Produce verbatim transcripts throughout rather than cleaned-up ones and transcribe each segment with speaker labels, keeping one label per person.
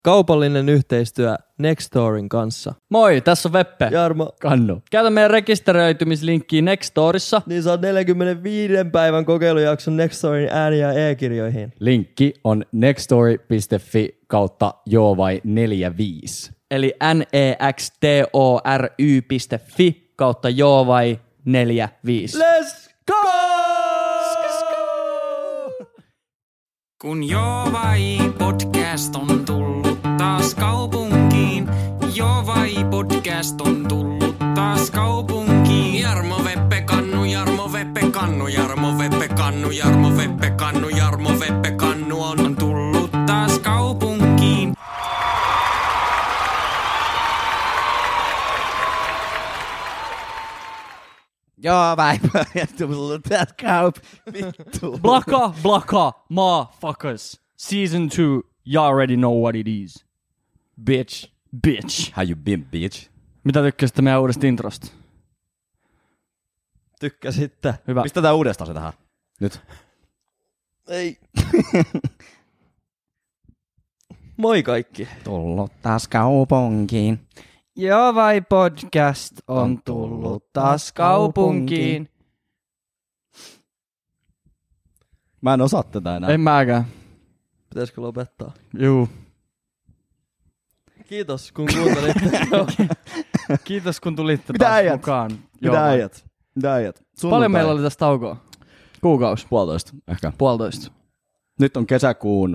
Speaker 1: Kaupallinen yhteistyö Nextorin kanssa.
Speaker 2: Moi, tässä on Veppe.
Speaker 1: Jarmo.
Speaker 3: Kannu.
Speaker 2: Käytä meidän rekisteröitymislinkkiä Nextorissa.
Speaker 1: Niin saa neljänkymmenenviiden päivän kokeilujakson Nextorin ääni- ja e-kirjoihin.
Speaker 3: Linkki on nextory.fi kautta joo vai neljäkymmentäviisi.
Speaker 2: Eli nextory.fi kautta joo vai neljäkymmentäviisi.
Speaker 1: Let's go!
Speaker 4: Kun joo vai podcast on tullut taas kaupunkiin. Joo vai podcast on tullut taas kaupunkiin. Jarmo Veppe Kannu, Jarmo Veppe Kannu, Jarmo Veppe Kannu, Jarmo Veppe Kannu, Jarmo Veppe Kannu on, on tullut taas kaupunkiin.
Speaker 3: Joo vai tullut täältä kaup. Vittu.
Speaker 2: Blaka, blaka, motherfuckers. Season two, you already know what it is.
Speaker 1: Bitch.
Speaker 2: Bitch.
Speaker 3: How you been, bitch?
Speaker 2: Mitä tykkäsitte meidän uudesta introsta?
Speaker 1: Tykkäsitte.
Speaker 2: Hyvä.
Speaker 3: Pistetään uudestaan se tähän. Nyt.
Speaker 1: Ei. Moi kaikki.
Speaker 3: Tullut taas kaupunkiin.
Speaker 2: Joo vai podcast on tullut taas kaupunkiin.
Speaker 3: Mä en osaa tätä enää.
Speaker 2: En mäkään.
Speaker 1: Pitäisikö lopettaa?
Speaker 2: Juu.
Speaker 1: Kiitos kun kuuntelitte.
Speaker 2: Kiitos kun tulitte
Speaker 3: Mitä
Speaker 2: taas
Speaker 3: äijät?
Speaker 2: mukaan. Joo
Speaker 3: Mitä
Speaker 2: vai.
Speaker 3: äijät? Mitä äijät? Sunnuntai.
Speaker 2: Paljon meillä oli tässä taukoa? Kuukausi.
Speaker 3: Puolitoista ehkä.
Speaker 2: Puolitoista.
Speaker 3: Nyt on kesäkuun...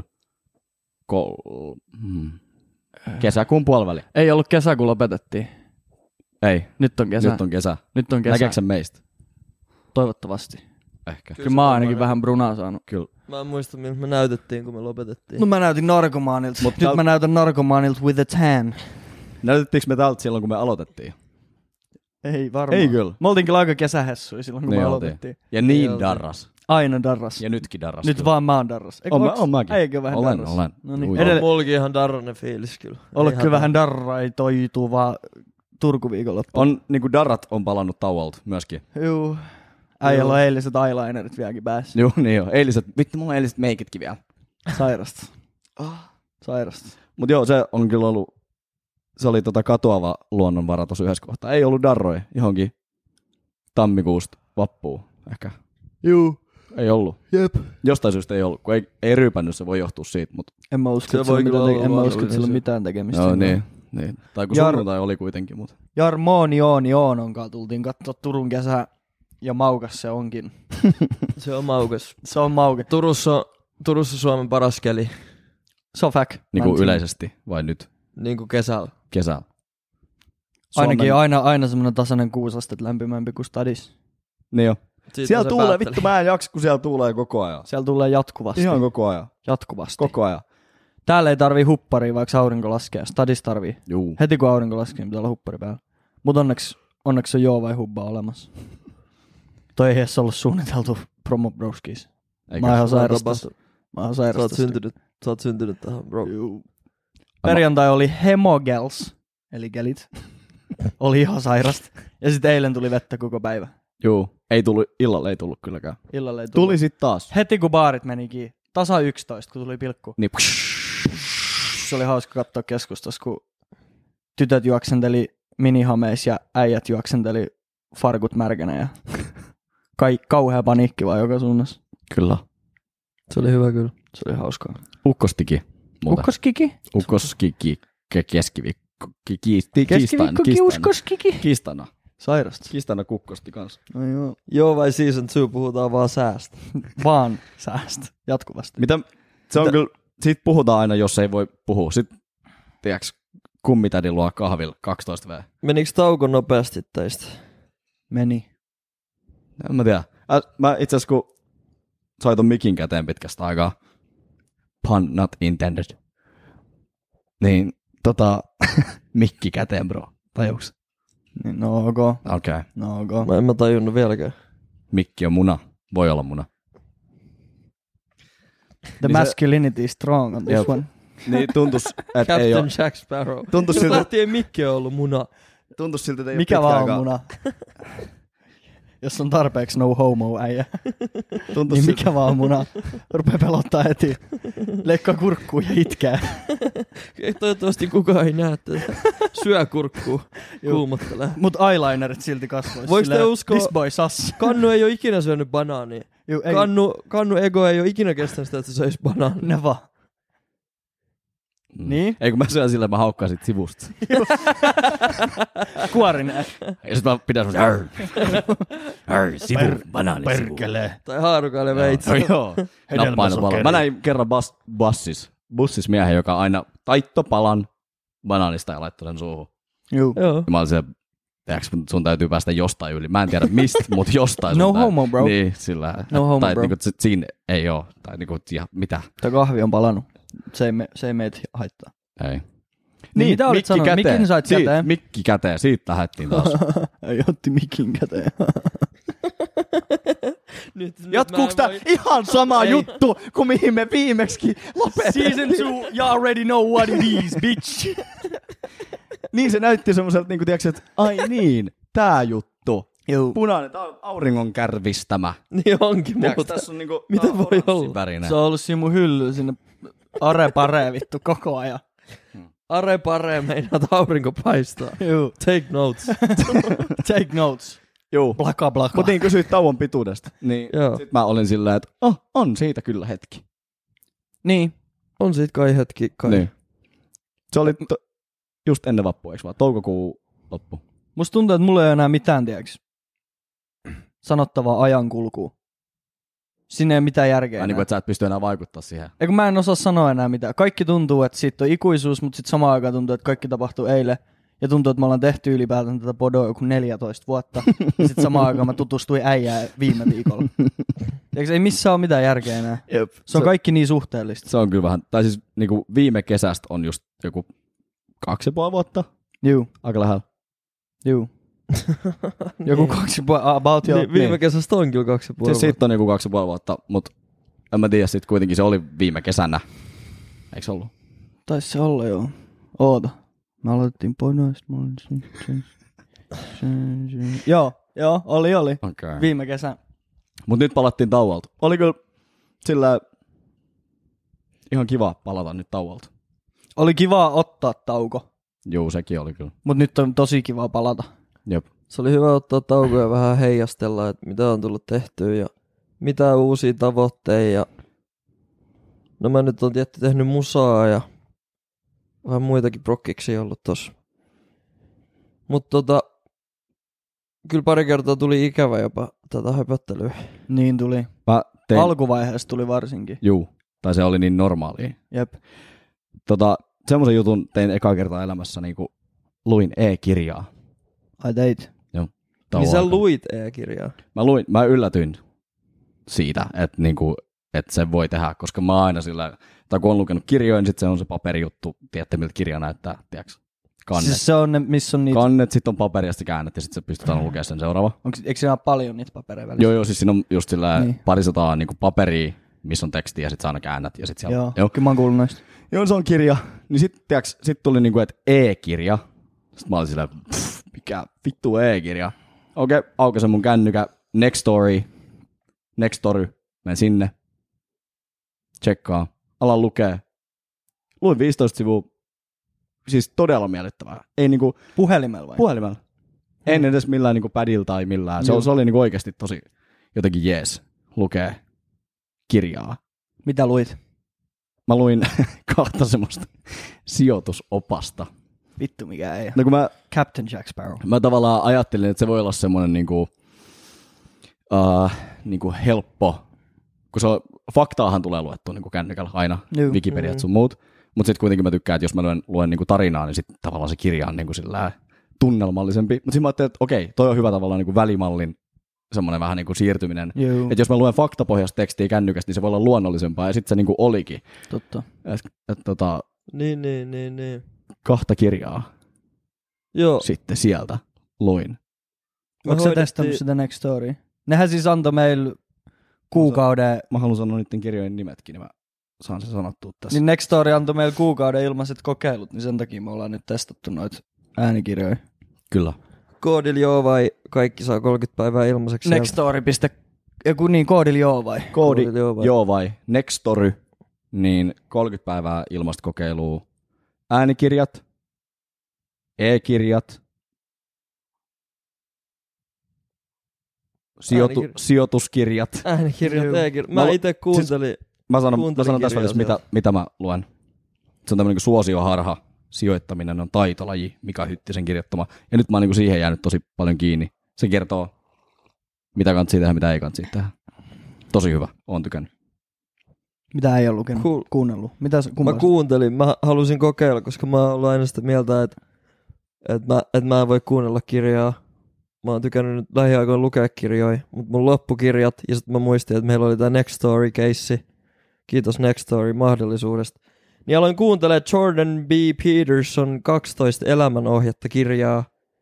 Speaker 3: Kol... Hmm. Kesäkuun puoliväli.
Speaker 2: Ei ollut kesä, kun lopetettiin.
Speaker 3: Ei.
Speaker 2: Nyt on kesä.
Speaker 3: Nyt on kesä.
Speaker 2: Nyt on kesä.
Speaker 3: Näkeekö sen meistä?
Speaker 2: Toivottavasti.
Speaker 3: Ehkä.
Speaker 2: Kyllä mä oon ainakin vähän brunaa saanut.
Speaker 3: Kyllä.
Speaker 1: Mä en muista, miltä me näytettiin, kun me lopetettiin.
Speaker 2: No mä näytin narkomaanilta.
Speaker 3: Mut
Speaker 2: Nyt
Speaker 3: täl-
Speaker 2: mä näytän narkomaanilta with a tan.
Speaker 3: Näytettiinkö me tältä silloin, kun me aloitettiin?
Speaker 2: Ei varmaan.
Speaker 3: Ei kyllä.
Speaker 2: Me oltiin kyllä aika kesähessuja silloin, kun
Speaker 3: Niin
Speaker 2: me
Speaker 3: oltiin.
Speaker 2: aloitettiin.
Speaker 3: Ja niin
Speaker 1: Ei oltiin.
Speaker 3: darras.
Speaker 2: Aina darras.
Speaker 3: Ja nytkin darras.
Speaker 2: Nyt
Speaker 3: kyllä.
Speaker 2: vaan mä oon darras. Eikö
Speaker 3: On mä-
Speaker 2: onks-
Speaker 3: on mäkin.
Speaker 2: Eikö vähän
Speaker 3: Olen,
Speaker 2: darras?
Speaker 3: olen.
Speaker 2: No niin.
Speaker 3: Ui.
Speaker 2: Edellä-
Speaker 1: Mullakin ihan darranen fiilis kyllä.
Speaker 2: Olla
Speaker 1: Ei
Speaker 2: kyllä
Speaker 1: hätää.
Speaker 2: vähän darraitoituva Turku-viikonloppu.
Speaker 3: On, niinku darrat on palannut tauolta myöskin.
Speaker 2: Juu. Äijällä on eiliset eyelinerit vieläkin päässä.
Speaker 3: Joo, niin joo. Eiliset, vittu mulla on eiliset meikitkin vielä.
Speaker 2: Sairasta. Sairasta.
Speaker 3: Mut joo, se on kyllä ollut, se oli tota katoava luonnonvara tossa yhdessä kohtaa. Ei ollut darroja johonkin tammikuusta vappuun ehkä.
Speaker 2: Juu.
Speaker 3: Ei ollut.
Speaker 2: Jep.
Speaker 3: Jostain syystä ei ollut, kun ei, ei ryypännyt, se voi johtua siitä, mutta
Speaker 2: En mä usko,
Speaker 1: Se
Speaker 2: että sillä
Speaker 1: voi
Speaker 2: on
Speaker 1: kyllä
Speaker 2: mitään,
Speaker 1: olla
Speaker 2: en mä usko, että
Speaker 1: luonnollinen
Speaker 2: sillä on
Speaker 1: syy.
Speaker 2: mitään tekemistä.
Speaker 3: joo,
Speaker 2: sen
Speaker 3: niin, niin. Tai kun
Speaker 2: Jar-
Speaker 3: sunnuntai oli kuitenkin, mutta
Speaker 2: Jarmooni Jooni Joononkaan tultiin katsoa Turun kesää ja maukas se onkin.
Speaker 1: Se on maukas.
Speaker 2: Se on mauket.
Speaker 1: Turussa, Turussa Suomen paras keli,
Speaker 2: Se on fact.
Speaker 3: niin
Speaker 2: Mä
Speaker 3: kuin
Speaker 2: en
Speaker 3: yleisesti, vai nyt
Speaker 1: niin kuin kesällä.
Speaker 3: kesällä.
Speaker 2: Ainakin aina, aina semmoinen tasainen kuusi astetta lämpimämpi kuin stadis.
Speaker 3: Niin jo.
Speaker 1: Siitä
Speaker 3: Siellä
Speaker 1: se
Speaker 3: tuulee,
Speaker 1: päätteli.
Speaker 3: vittu mä en jaksa, kun siellä tuulee koko ajan.
Speaker 2: Siellä tulee jatkuvasti.
Speaker 3: Ihan koko ajan.
Speaker 2: Jatkuvasti.
Speaker 3: Koko ajan.
Speaker 2: Täällä ei tarvii hupparia, vaikka aurinko laskee. Stadis tarvii.
Speaker 3: Juu.
Speaker 2: Heti kun aurinko laskee, niin pitää olla huppari päällä. Mutta onneksi, onneksi on joo vai hubba olemassa. Toi ei edes ollut suunniteltu promo broskis.
Speaker 3: Eikä.
Speaker 2: Mä oon ihan
Speaker 1: Se on
Speaker 2: sairasta.
Speaker 1: tapahtunut.
Speaker 2: Mä oon
Speaker 1: Sä oot
Speaker 2: sairasta.
Speaker 1: syntynyt, sä oot syntynyt tähän, bro.
Speaker 2: Perjantai oli hemogels, eli gelit. Oli ihan sairasta. Ja sitten eilen tuli vettä koko päivä.
Speaker 3: Juu. Ei tullut, illalla ei tullut kylläkään.
Speaker 2: Illalle ei tullut.
Speaker 3: Tuli sit taas.
Speaker 2: Heti kun baarit menikin, tasa yksitoista, kun tuli pilkku.
Speaker 3: Niin.
Speaker 2: Se oli hauska katsoa keskustassa, kun tytöt juoksenteli minihameis ja äijät juoksenteli farkut märkänä ja kai, kauhea paniikki vaan joka suunnassa.
Speaker 3: Kyllä.
Speaker 1: Se oli hyvä kyllä.
Speaker 2: Se oli hauskaa.
Speaker 3: Ukkostiki. Muuten.
Speaker 2: Ukkoskiki?
Speaker 3: Ukkoskiki. Ke- keskiviikko. Ki- kiisti-
Speaker 2: Keskiviikko
Speaker 3: kiistan-
Speaker 2: kiuskoskiki?
Speaker 3: Kiistana.
Speaker 2: Sairasta.
Speaker 3: Kiistana kukkosti kans.
Speaker 2: No joo.
Speaker 1: Joo vai season two puhutaan vaan säästä.
Speaker 2: Vaan säästä. Jatkuvasti.
Speaker 3: Mitä? Se on
Speaker 1: Mitä?
Speaker 3: kyllä, siitä puhutaan aina, jos ei voi puhua. Sitten, tiedätkö, kummitädin luo kahvilla kaksitoista vuotta.
Speaker 1: Menikö tauko nopeasti teistä?
Speaker 2: Meni.
Speaker 3: En mä tiedä. Ä, mä itse asiassa kun sai ton mikin käteen pitkästä aikaa, pun not intended, niin tota, mikki käteen bro. Tajuuks?
Speaker 2: Niin, no ok.
Speaker 3: Okei. Okay.
Speaker 2: No ok.
Speaker 1: Mä en mä tajunnut vieläkään.
Speaker 3: Mikki on muna. Voi olla muna.
Speaker 2: The
Speaker 3: Niin se-
Speaker 2: masculinity is strong on this
Speaker 3: Jep.
Speaker 2: one.
Speaker 3: Niin tuntus, että ei
Speaker 1: Captain
Speaker 3: ole.
Speaker 1: Jack Sparrow.
Speaker 3: Tuntus
Speaker 1: Jos
Speaker 3: siltä,
Speaker 1: lähtien Mikki on ollut muna.
Speaker 3: tuntus siltä, että ei
Speaker 2: Mikä
Speaker 3: ole pitkä
Speaker 2: vaan on
Speaker 3: aikaa.
Speaker 2: muna? jos on tarpeeksi no homo äijä. Tuntuu niin mikä vaan muna. Rupee pelottaa heti. Leikkaa kurkkuun ja itkää.
Speaker 1: Toivottavasti kukaan ei näe tätä. Syö kurkkuun. Kuumottelee.
Speaker 2: Mut eyelinerit silti kasvoissa.
Speaker 1: Voiko te uskoa?
Speaker 2: This boy sus.
Speaker 1: Kannu ei ole ikinä syönyt banaania.
Speaker 2: Juu, ei.
Speaker 1: Kannu, kannu ego ei ole ikinä kestänyt sitä, että se söisi banaania.
Speaker 2: Ne vaan.
Speaker 3: Mm.
Speaker 2: Niin?
Speaker 3: Ei kun mä syön sillä, mä haukkaan sit sivusta.
Speaker 2: Kuorinen.
Speaker 3: Ja sit mä pidän semmosen sivu, banaani sivu.
Speaker 1: Tai haarukaille veitsi.
Speaker 3: No, joo, nappainen pala. Mä näin kerran bas, bassis, bussis miehen, joka aina taittoi palan banaanista ja laittoi sen suuhun.
Speaker 2: Juu.
Speaker 1: Joo.
Speaker 3: Ja mä olin se, sun täytyy päästä jostain yli. Mä en tiedä mistä, mutta jostain.
Speaker 2: No
Speaker 3: sun
Speaker 2: homo,
Speaker 3: täytyy.
Speaker 2: bro.
Speaker 3: Niin, sillä.
Speaker 2: No homo,
Speaker 3: tai
Speaker 2: bro.
Speaker 3: niinku, sit siinä ei oo. Tai niinku, ja mitä?
Speaker 2: Tää kahvi on palannut. Se ei, me, se ei meitä haittaa.
Speaker 3: Ei.
Speaker 2: Niin, mitä olit sanonut? Mikin sait
Speaker 3: Siit,
Speaker 2: käteen?
Speaker 3: Mikki käteen, siitä lähdettiin taas.
Speaker 2: Ei otti mikin käteen.
Speaker 1: Nyt,
Speaker 2: Jatkuuks
Speaker 1: nyt
Speaker 2: tää
Speaker 1: voi...
Speaker 2: ihan sama
Speaker 1: Ei.
Speaker 2: juttu kuin mihin me viimeksi lopetettiin? Season two, you already know what it is, bitch.
Speaker 3: Niin se näytti semmoiselta, niinku tiiäks, että ai niin, tää juttu.
Speaker 2: Juu.
Speaker 3: Punainen, tää on auringon kärvistämä.
Speaker 1: Niin onkin
Speaker 3: Tiiäks,
Speaker 1: muuta.
Speaker 3: tässä on niinku,
Speaker 1: Mitä
Speaker 3: tää on
Speaker 1: voi
Speaker 3: oranssin
Speaker 1: olla?
Speaker 3: värinen.
Speaker 2: Se on ollut siinä mun hyllyllä sinne are pare vittu koko ajan.
Speaker 1: Are pare meinaat aurinko paistaa.
Speaker 2: Juu.
Speaker 1: Take notes.
Speaker 2: Take notes.
Speaker 3: Juu.
Speaker 2: Blaka blaka.
Speaker 3: Mutta niin kysyit tauon pituudesta. Niin
Speaker 1: Joo.
Speaker 3: sit mä olin silleen, että oh, on siitä kyllä hetki.
Speaker 2: Niin.
Speaker 1: On sit kai hetki kai.
Speaker 3: Niin. Se oli to- just ennen vappua, eikö vaan? Toukokuu loppu.
Speaker 2: Musta tuntuu, että mulla ei ole enää mitään, tiedäks, sanottavaa ajankulkuun. Sinne ei ole mitään järkeä
Speaker 3: Ai
Speaker 2: enää.
Speaker 3: niin kuin, että sä et pysty enää vaikuttaa siihen.
Speaker 2: Eikö mä en osaa sanoa enää mitään. Kaikki tuntuu, että siitä on ikuisuus, mutta sitten samaan aikaan tuntuu, että kaikki tapahtuu eilen. Ja tuntuu, että me ollaan tehty ylipäätään tätä podoa joku neljätoista vuotta. Ja sitten samaan aikaan mä tutustuin äijään viime viikolla. Eikö ei missään ole mitään järkeä enää.
Speaker 3: Jep.
Speaker 2: Se on kaikki niin suhteellista.
Speaker 3: Se on kyllä vähän, tai siis niin kuin viime kesästä on just joku kaksi ja puoli vuotta.
Speaker 2: Juu,
Speaker 3: Aika lähellä.
Speaker 2: juu. Joku kaksi puoli, about joo.
Speaker 1: Niin, viime
Speaker 3: Niin.
Speaker 1: kesästä on kyllä kaksi ja puoli
Speaker 3: Siis siitä on joku kaksi ja puoli vuotta, mutta en mä tiedä, sit kuitenkin se oli viime kesänä. Eikö se ollut?
Speaker 2: Taisi se olla joo. Oota. Me aloitettiin podoista. Joo, joo, oli, oli.
Speaker 3: Okay.
Speaker 2: Viime kesän.
Speaker 3: Mut nyt palattiin tauolta. Oli kyllä sillä ihan kiva palata nyt tauolta.
Speaker 2: Oli kiva ottaa tauko,
Speaker 3: Juu, sekin oli kyllä.
Speaker 2: mutta nyt on tosi kiva palata.
Speaker 3: Jep.
Speaker 1: Se oli hyvä ottaa taukoja ja vähän heijastella, että mitä on tullut tehtyä ja mitä uusia tavoitteita. Ja... No mä nyt on tietty tehnyt musaa ja vähän muitakin prokkiksi ollut tossa. Mutta tota, kyllä pari kertaa tuli ikävä jopa tätä höpöttelyä.
Speaker 2: Niin tuli.
Speaker 3: Mä tein...
Speaker 2: Alkuvaiheessa tuli varsinkin.
Speaker 3: Juu, tai se oli niin normaalia.
Speaker 2: Jep.
Speaker 3: Tota, semmoisen jutun tein eka kertaa elämässä, niinku luin e-kirjaa.
Speaker 2: Ai teit.
Speaker 3: Joo.
Speaker 1: Niin sä
Speaker 3: aikana.
Speaker 1: luit e-kirjaa.
Speaker 3: Mä luin, mä yllätyin siitä, että niinku, et se voi tehdä, koska mä aina sillä, tai kun on lukenut kirjoja, niin sit se on se paperijuttu, tiedätte miltä kirja näyttää, tiedätkö? Kannet.
Speaker 2: Siis se on ne, missä on niitä.
Speaker 3: Kannet, sit on paperi ja sit käännät ja sit sä pystyt aina lukemaan sen seuraava.
Speaker 2: Onks, eikö siinä ole paljon niitä papereja välissä?
Speaker 3: Joo, joo, siis siinä on just sillä
Speaker 2: Niin.
Speaker 3: niin. parisataa niinku paperia, missä on teksti ja sit sä aina käännät ja sit siellä...
Speaker 2: Joo,
Speaker 3: joo.
Speaker 2: kyllä mä oon kuullut noista.
Speaker 3: Joo, se on kirja. Niin sit, tiiäks, sit tuli niinku, että e-kirja. Sitten mä olin silleen, pff, mikä vittu e-kirja. Okei, okay, aukasin mun kännykä, Nextory, Nextory, menen sinne, tsekkaa, alan lukee. Luin viisitoista sivua, siis todella miellyttävää. Ei niinku
Speaker 2: Puhelimella vai?
Speaker 3: puhelimella. En edes millään niinku padilla tai millään. Se,
Speaker 2: Joo.
Speaker 3: se oli niinku oikeasti tosi jotenkin jees lukee kirjaa.
Speaker 2: Mitä luit?
Speaker 3: Mä luin kahta semmoista sijoitusopasta.
Speaker 2: Vittu mikä ei.
Speaker 3: No kun mä,
Speaker 2: Captain Jack Sparrow.
Speaker 3: mä tavallaan ajattelin, että se voi olla semmoinen niinku, uh, niinku helppo, kun se on, faktaahan tulee luettua niinku kännykällä aina,
Speaker 2: Juu.
Speaker 3: Wikipediat sun muut, mutta sitten kuitenkin mä tykkään, että jos mä luen, luen niinku tarinaa, niin sitten tavallaan se kirja on niinku sillä tunnelmallisempi. Mutta sitten mä ajattelin, että okei, toi on hyvä tavallaan niinku välimallin semmoinen vähän niinku siirtyminen.
Speaker 2: Joo,
Speaker 3: Että jos mä luen faktapohjaista tekstiä kännykästä, niin se voi olla luonnollisempaa, ja sitten se niinku olikin.
Speaker 2: totta.
Speaker 3: Et, et, tota,
Speaker 1: Niin, niin, niin, niin.
Speaker 3: kahta kirjaa
Speaker 1: Joo,
Speaker 3: sitten sieltä luin.
Speaker 1: me
Speaker 2: Onko sä
Speaker 1: hoidettiin-
Speaker 2: testannut sitä Next Story? Nehän siis antoi meille kuukauden,
Speaker 3: Mä haluan sanoa niiden kirjojen nimetkin, niin mä saan sen sanottua tässä.
Speaker 2: niin Next Story antoi meille kuukauden ilmaiset kokeilut, niin sen takia me ollaan nyt testattu noita äänikirjoja.
Speaker 3: Kyllä.
Speaker 1: koodilla joo vai kaikki saa kolmekymmentä päivää ilmaiseksi.
Speaker 2: Nextory. Joku niin, koodilla joo vai?
Speaker 3: Koodi,
Speaker 1: Koodilla joo vai?
Speaker 3: joo vai? Nextory, niin kolmekymmentä päivää ilmasta kokeilua. Äänikirjat, e-kirjat, sijoitu,
Speaker 1: Äänikir-
Speaker 3: sijoituskirjat.
Speaker 1: Äänikirjat,
Speaker 2: Joo.
Speaker 1: e-kirjat. Mä
Speaker 3: No,
Speaker 1: ite kuuntelin.
Speaker 3: Mä sanon, mä
Speaker 1: Kuuntelin
Speaker 3: sanon tässä
Speaker 1: kirjaa
Speaker 3: välissä, mitä, mitä mä luen. Se on tämmöinen niin suosioharha. Sijoittaminen on taitolaji, Mika Hyttisen kirjoittama. Ja nyt mä oon niin kuin siihen jäänyt tosi paljon kiinni. Se kertoo, mitä kannattaa tehdä, mitä ei kannattaa tehdä. Tosi hyvä, oon tykännyt.
Speaker 2: Mitä ei ole lukenut,
Speaker 1: Cool.
Speaker 2: kuunnellut? Mitä,
Speaker 1: Mä kuuntelin, mä halusin kokeilla, koska mä oon ollut aina sitä mieltä, että, että, mä, että mä en voi kuunnella kirjaa. Mä oon tykännyt nyt lähiaikoina lukea kirjoja, mutta mun loppukirjat, ja sitten mä muistin, että meillä oli tää Nextory-keissi. Kiitos Nextory mahdollisuudesta. Niin aloin kuuntelemaan Jordan B. Peterson kaksitoista elämänohjetta kirjaa.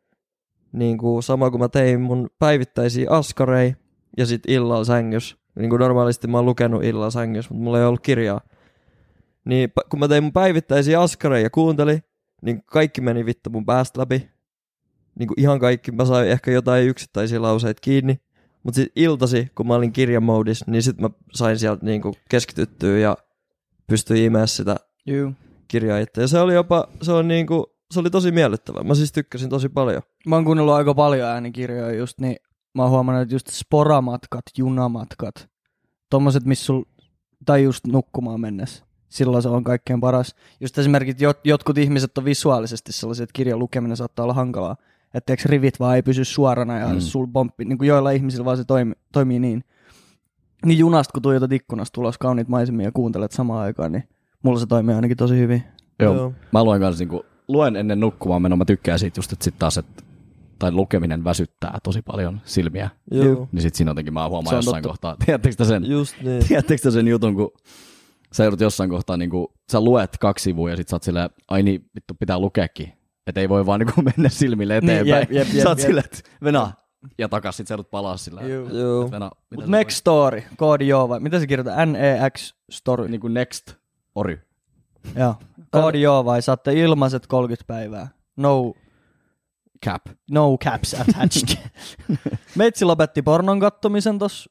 Speaker 1: Niin kuin sama kuin mä tein mun päivittäisiä askareja ja sit illalla sängys. Niin kuin normaalisti mä oon lukenut illalla sängys, mutta mulla ei ollut kirjaa. Niin kun mä tein mun päivittäisiä askareja ja kuuntelin, niin kaikki meni vittu mun päästä läpi. Niin kuin ihan kaikki. Mä sain ehkä jotain yksittäisiä lauseita kiinni. Mutta sit iltasi, kun mä olin kirjamoodissa, niin sit mä sain sieltä niin kuin keskityttyä ja pystyin imeä sitä
Speaker 2: Juu.
Speaker 1: kirjaa itse. Ja se oli jopa, se, on niin kuin, se oli tosi miellyttävää. Mä siis tykkäsin tosi paljon.
Speaker 2: Mä oon kuunnellut aika paljon äänikirjoja just, niin mä oon huomannut, että just sporamatkat, junamatkat, tommoset, missä sul, tai just nukkumaan mennessä. Silloin se on kaikkein paras. Just esimerkiksi jot, jotkut ihmiset on visuaalisesti sellaisia, että kirjan lukeminen saattaa olla hankalaa. Että eikö rivit vaan ei pysy suorana ja mm. sul pomppi, niin kuin joilla ihmisillä vaan se toimi, toimii niin. Niin junasta, kun tuijotat ikkunasta tulos kauniit maisemia ja kuuntelet samaan aikaan, niin mulla se toimii ainakin tosi hyvin.
Speaker 3: Joo.
Speaker 1: Joo.
Speaker 3: Mä luen kanssa, niin kuin, luen ennen nukkumaan menoa, mä tykkään siitä just, että sit taas, että tai lukeminen väsyttää tosi paljon silmiä.
Speaker 1: Joo.
Speaker 3: Niin sit siinä jotenkin mä huomaan
Speaker 2: Se on
Speaker 3: jossain
Speaker 2: totta.
Speaker 3: kohtaa. Tiedättekö te sen?
Speaker 1: Just niin.
Speaker 3: Tiedättekö te sen jutun, kun sä joudut jossain kohtaa, niin kuin, sä luet kaksi sivua ja sit sä oot silleen, ai niin, vittu pitää lukeekin. Että ei voi vaan niin kuin mennä silmille eteenpäin.
Speaker 2: Niin, jep, jep, jep,
Speaker 3: sä oot
Speaker 2: jep.
Speaker 3: silleen, että venä. Ja takas sit sä joudut palaa silleen.
Speaker 2: Joo.
Speaker 1: Joo.
Speaker 3: Venä.
Speaker 2: Mut Next Story, koodi joo vai? Mitä se kirjoittaa? N E X Story.
Speaker 3: Niin kuin next ory.
Speaker 2: Joo. Koodi joo vai? Saatte ilmaiset kolmekymmentä päivää. No,
Speaker 3: Cap.
Speaker 2: no caps attached. Meitsi lopetti pornon kattomisen tossa.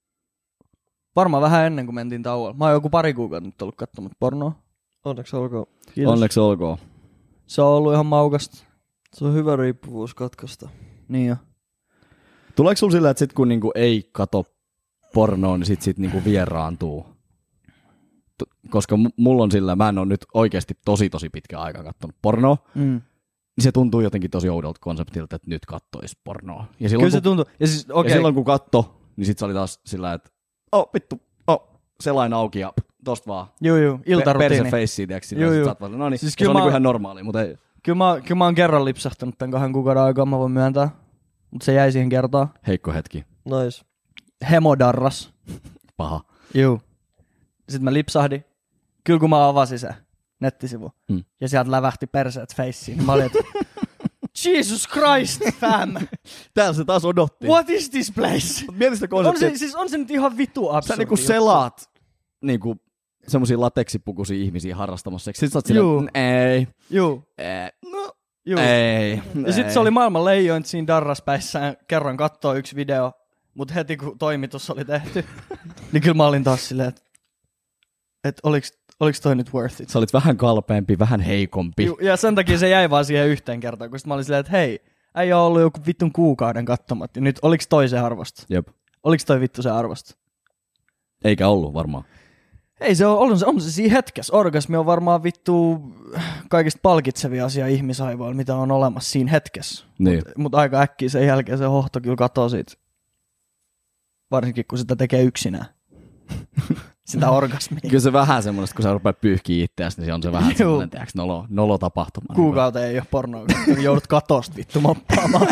Speaker 2: Varmaan vähän ennen kuin mentiin tauolla. Mä oon joku pari kuukautta nyt ollut katsomat pornoa.
Speaker 1: Onneksi olkoon.
Speaker 2: Kiitos.
Speaker 3: Onneksi olkoon.
Speaker 2: Se on ollut ihan maukasta.
Speaker 1: Se on hyvä riippuvuus katkosta.
Speaker 2: Niin jo.
Speaker 3: Tuleeko sulla sillä, että sit kun niinku ei kato pornoa, niin sit, sit niinku vieraantuu? T- koska m- mulla on sillä, mä en ole nyt oikeasti tosi tosi pitkä aika kattonut pornoa,
Speaker 2: Mm.
Speaker 3: niin se tuntuu jotenkin tosi oudolta konseptilta, että nyt kattois pornoa. Ja silloin,
Speaker 2: Kyllä se
Speaker 3: kun,
Speaker 2: tuntuu. Ja siis,
Speaker 3: ja
Speaker 2: okei.
Speaker 3: silloin kun katto, niin sit se oli taas sillä, että oh vittu, oh, selain auki ja tosta vaan.
Speaker 2: Juu, juu. Iltarutiini.
Speaker 3: Perse feissiin, tiiäks,
Speaker 2: Juu,
Speaker 3: sillä sit
Speaker 2: juu.
Speaker 3: sä oot vaan, no niin,
Speaker 2: Siis
Speaker 3: siis
Speaker 2: kyllä
Speaker 3: se on
Speaker 2: mä-
Speaker 3: niinku ihan normaali, mutta ei.
Speaker 2: Kyllä mä, kyllä mä oon kerran lipsahtanut tämän kahden kuukauden aikaa, mä voin myöntää. Mutta se jäi siihen kertaan.
Speaker 3: Heikko hetki.
Speaker 1: Nice.
Speaker 2: Hemodarras.
Speaker 3: Paha.
Speaker 2: Juu. Sitten mä lipsahdin. Kyllä kun mä avasin se nettisivu.
Speaker 3: Mm.
Speaker 2: Ja sieltä lävähti perseet feissiin. Niin mä olin, että Jesus Christ, fam.
Speaker 3: Täällä se taas odotti.
Speaker 2: What is this place?
Speaker 3: Mieti sitä
Speaker 2: On
Speaker 3: konseptia.
Speaker 2: se, siis on se nyt ihan vitu
Speaker 3: Sä
Speaker 2: absurdi.
Speaker 3: niinku selaat niinku semmosia lateksipukuisia ihmisiä harrastamassa. Sitten sä oot
Speaker 2: Juu.
Speaker 3: silleen, ei,
Speaker 2: Juu,
Speaker 3: ei, no,
Speaker 2: juu.
Speaker 3: ei.
Speaker 2: Ja sit se oli maailman leijoint siinä darraspäissään. Kerran kattoo yksi video. Mut heti kun toimitus oli tehty, niin kyllä mä olin taas silleen, että et oliks, oliks toi nyt worth it?
Speaker 3: Sä olit vähän kalpeampi, vähän heikompi.
Speaker 2: Ju, ja sen takia se jäi vaan siihen yhteen kertaan, kun sit mä olin silleen, että hei, ei ole ollut joku vittun kuukauden kattomat. Ja nyt oliks toi se arvosta?
Speaker 3: Jep.
Speaker 2: Oliks toi vittu se arvosta?
Speaker 3: Eikä ollut varmaan.
Speaker 2: Ei se on, on se, on se siinä hetkessä. Orgasmi on varmaan vittu kaikista palkitsevia asia ihmisaivoilla, mitä on olemassa siinä hetkessä.
Speaker 3: Niin.
Speaker 2: Mutta mut aika äkkiä sen jälkeen se hohto kyllä katoo siitä. Varsinkin kun sitä tekee yksinään. Sitä orgasmia.
Speaker 3: Kyllä se vähän semmoinen, kun sä rupeat pyyhkiä itseäsi, niin se on se vähän
Speaker 2: Juu.
Speaker 3: semmoinen, tiiäks, nolo, nolo tapahtuma.
Speaker 2: Kuukauteen ei ole pornoa, kun joudut katosta vittu moppaamaan.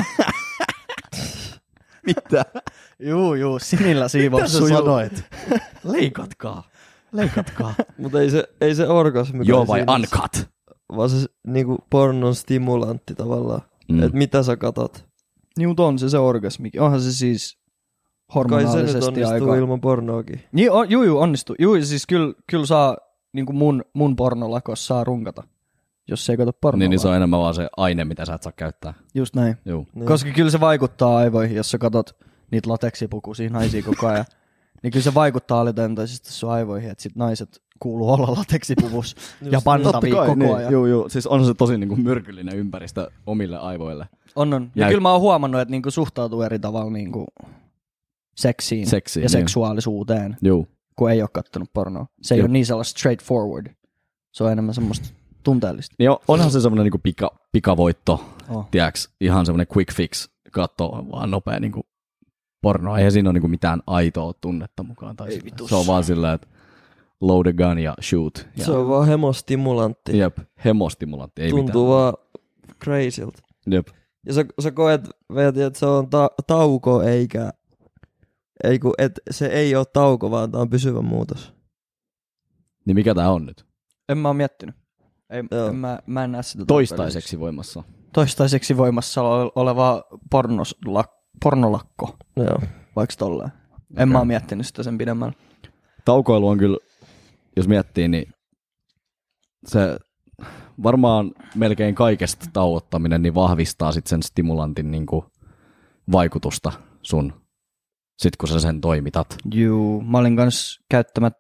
Speaker 3: Mitä?
Speaker 2: Juu, juu, sinillä siivous sujuu.
Speaker 3: Leikatkaa. Leikatkaa.
Speaker 1: Mutta ei se, ei se orgasmi.
Speaker 3: Joo
Speaker 1: kai
Speaker 3: vai
Speaker 1: siinä,
Speaker 3: uncut?
Speaker 1: Vaan se niinku pornon stimulantti tavallaan.
Speaker 3: Mm.
Speaker 1: Mm. Että mitä sä katot.
Speaker 2: Niin, mutta on se se orgasmikin. Onhan se siis
Speaker 1: Kai se nyt
Speaker 2: hormonaalisesti
Speaker 1: onnistuu
Speaker 2: aika...
Speaker 1: ilman pornoakin.
Speaker 2: Niin, on, juu, juu, onnistuu. Juu, ja siis kyllä, kyllä saa, niin kuin mun, mun pornolakos saa runkata. jos ei kato pornoa.
Speaker 3: Niin, niin se
Speaker 2: vaan.
Speaker 3: on enemmän vaan se aine, mitä sä et saa käyttää.
Speaker 2: Just näin.
Speaker 3: Joo.
Speaker 1: Niin.
Speaker 2: Koska kyllä se vaikuttaa aivoihin, jos sä katot niitä lateksipukuisia naisia koko ajan. Niin kyllä se vaikuttaa alitajuntaisesti sun aivoihin, että sit naiset kuuluu olla lateksipuvussa ja pantavia koko
Speaker 3: niin,
Speaker 2: ajan.
Speaker 3: Joo, joo. Siis on se tosi niinku myrkyllinen ympäristö omille aivoille.
Speaker 2: On, on. Ja
Speaker 3: Näyt-
Speaker 2: kyllä mä oon huomannut, että niinku suhtautuu eri tavalla niinku seksiin,
Speaker 3: Seksiin,
Speaker 2: ja
Speaker 3: niin.
Speaker 2: seksuaalisuuteen,
Speaker 3: Joo.
Speaker 2: kun ei ole kattonut pornoa. Se ei
Speaker 3: Joo.
Speaker 2: ole niin sellaista straightforward. Se on enemmän semmoista tunteellista.
Speaker 3: Niin onhan se semmoinen niinku pika, pikavoitto,
Speaker 2: Oh.
Speaker 3: tiedäks, ihan semmoinen quick fix, katsoa vaan nopea niinku pornoa. Eihän siinä ole niinku mitään aitoa tunnetta mukaan. Tai
Speaker 2: Ei
Speaker 3: sillä.
Speaker 2: vitus.
Speaker 3: Se on vaan sillä, että load a gun ja shoot. Ja,
Speaker 1: Se on vaan hemostimulantti.
Speaker 3: jep, hemostimulantti, ei
Speaker 1: Tuntuu
Speaker 3: mitään.
Speaker 1: vaan crazyltä.
Speaker 3: Jep.
Speaker 1: Ja sä, sä koet, Veeti, että se on ta- tauko eikä... Ei kun, et se ei ole tauko, vaan tää on pysyvä muutos.
Speaker 3: Niin mikä tää on nyt?
Speaker 2: En mä oo miettinyt. Ei,
Speaker 1: Joo.
Speaker 2: en mä, mä en näe sitä
Speaker 3: Toistaiseksi voimassa.
Speaker 2: toistaiseksi voimassa oleva pornosla, pornolakko,
Speaker 1: Joo.
Speaker 2: vaikka tolleen. En mä oo miettinyt sitä sen pidemmällä.
Speaker 3: Taukoilu on kyllä, jos miettii, niin se varmaan melkein kaikesta tauottaminen niin vahvistaa sit sen stimulantin niin kuin vaikutusta sun, sit kun sä sen toimitat.
Speaker 2: Juu, mä olin kans käyttämät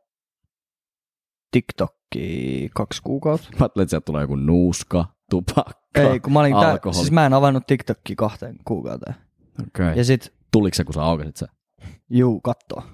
Speaker 2: TikTokia kaksi kuukautta.
Speaker 3: Mä ajattelin, että sieltä tulee joku nuuska, tupakka,
Speaker 2: Ei, kun mä olin tää,
Speaker 3: alkoholi.
Speaker 2: siis mä en avannut TikTokia kahteen kuukauteen.
Speaker 3: Okay.
Speaker 2: Ja sit,
Speaker 3: Tuliko se, kun sä aukasit se?
Speaker 2: juu, kattoo.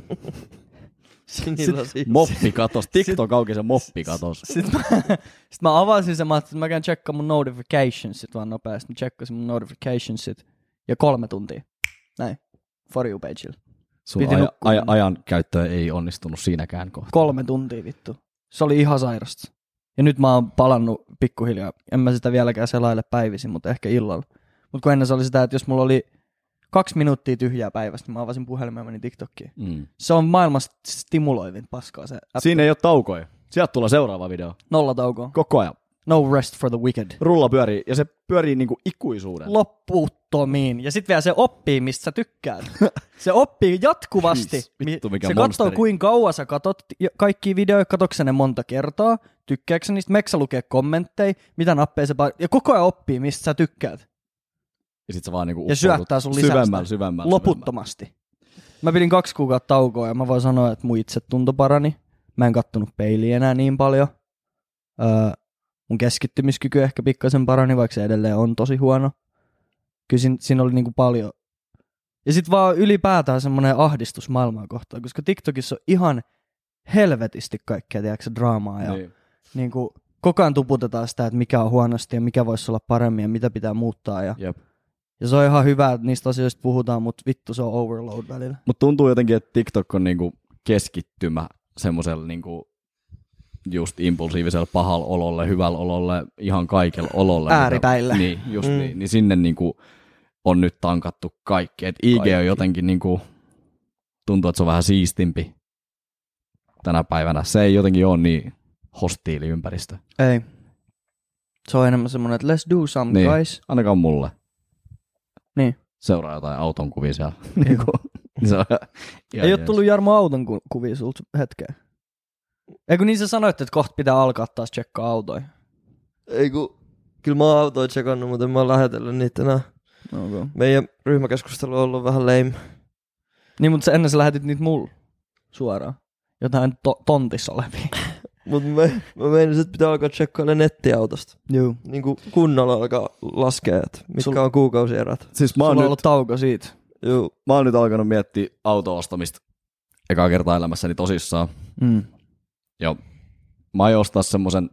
Speaker 1: Sinilasi.
Speaker 3: Moppi katos. TikTok auki se moppi katos.
Speaker 2: Sitten mä, sit mä avasin sen, mä ajattelin, että mä käyn tsekkaan mun notificationsit vaan nopeasti. Mä tsekkasin mun notificationsit ja kolme tuntia. Näin. For you pageilla.
Speaker 3: Sun
Speaker 2: Piti
Speaker 3: aja,
Speaker 2: nukkua.
Speaker 3: aja, ajan käyttö ei onnistunut siinäkään kohtaa.
Speaker 2: Kolme tuntia vittu. Se oli ihan sairasta. Ja nyt mä oon palannut pikkuhiljaa. En mä sitä vieläkään selaile päivisin, mutta ehkä illalla. Mutta kun ennen se oli sitä, että jos mulla oli kaksi minuuttia tyhjää päivästä, niin mä avasin puhelimen ja menin TikTokiin.
Speaker 3: Mm.
Speaker 2: Se on maailmasta stimuloivin paskaa se appi.
Speaker 3: Siinä ei ole taukoja. Sieltä tulee seuraava video.
Speaker 2: Nolla taukoa.
Speaker 3: Koko ajan.
Speaker 2: No rest for the wicked.
Speaker 3: Rulla pyörii, ja se pyörii niinku ikuisuuden.
Speaker 2: Loppuuttomiin. Ja sit vielä se oppii, mistä sä tykkäät. Se oppii jatkuvasti.
Speaker 3: Jeez, vittu, mikä
Speaker 2: se
Speaker 3: monsteri.
Speaker 2: katsoo, kuinka kauan sä katot kaikkia videoita, katoksa ne monta kertaa, tykkääksä niistä, meksä lukee kommentteja, mitä nappeja se pa- ja koko ajan oppii, mistä sä tykkäät.
Speaker 3: Ja sit se vaan niinku
Speaker 2: Ja syöttää sun lisästä.
Speaker 3: syvemmällä, syvemmällä.
Speaker 2: Loputtomasti. Mä pidin kaksi kuukautta taukoa ja mä voin sanoa, että mun itsetunto parani. Mä en kattonut peiliä enää niin paljon. Öö, mun keskittymiskyky ehkä pikkasen parani, vaikka se edelleen on tosi huono. Kyllä siinä, siinä oli niinku paljon. Ja sit vaan ylipäätään semmonen ahdistus maailmaa kohtaan, koska TikTokissa on ihan helvetisti kaikkea, tiedätkö, draamaa. Ja
Speaker 3: Niin.
Speaker 2: niinku, koko ajan tuputetaan sitä, että mikä on huonosti ja mikä voisi olla paremmin ja mitä pitää muuttaa. Ja,
Speaker 3: Jep.
Speaker 2: ja se on ihan hyvä, että niistä asioista puhutaan, mutta vittu se on overload välillä.
Speaker 3: Mut tuntuu jotenkin, että TikTok on niinku keskittymä semmoselle niinku just impulsiiviselle pahalla ololle, hyvällä ololle, ihan kaikella ololle.
Speaker 2: Ääripäille.
Speaker 3: Niin, just
Speaker 1: Mm.
Speaker 3: niin. Niin sinne niinku on nyt tankattu kaikki. Et I G
Speaker 2: Kaikki.
Speaker 3: on jotenkin niinku, tuntuu, että se on vähän siistimpi tänä päivänä. Se ei jotenkin ole niin hostiili ympäristö.
Speaker 2: Ei. Se on enemmän semmonen, että let's do some,
Speaker 3: Niin.
Speaker 2: guys.
Speaker 3: Ainakaan mulle.
Speaker 2: Niin.
Speaker 3: Seuraa jotain auton kuvia siellä. niinku, niin se on ihan
Speaker 2: Ei ole
Speaker 3: jees.
Speaker 2: tullut Jarmo auton ku- kuvia sulta hetkeä. Eikö niin sä sanoit, että kohta pitää alkaa taas tsekkaa autoja?
Speaker 1: Ei kun, kyllä mä oon autoja tsekannut, mutta en mä oon lähetellyt niitä enää.
Speaker 2: Okay.
Speaker 1: Meidän ryhmäkeskustelu on ollut vähän lame.
Speaker 2: Niin, mutta ennen sä lähetit niitä mulle suoraan. Jotain to- tontissa olevia.
Speaker 1: Mut mä, mä meinasin, että pitää alkaa tsekkailemaan nettiautosta.
Speaker 2: Juu.
Speaker 1: Niin kuin kunnolla alkaa laskea, että mitkä
Speaker 2: Sul-
Speaker 1: on kuukausierät.
Speaker 3: Siis mä
Speaker 2: Sulla
Speaker 3: oon,
Speaker 2: on
Speaker 3: nyt,
Speaker 2: ollut tauko siitä.
Speaker 1: Juu.
Speaker 3: mä oon nyt alkanut miettiä auto-ostamista ekaa kertaa elämässäni tosissaan.
Speaker 2: Mm.
Speaker 3: Ja mä aion ostaa semmosen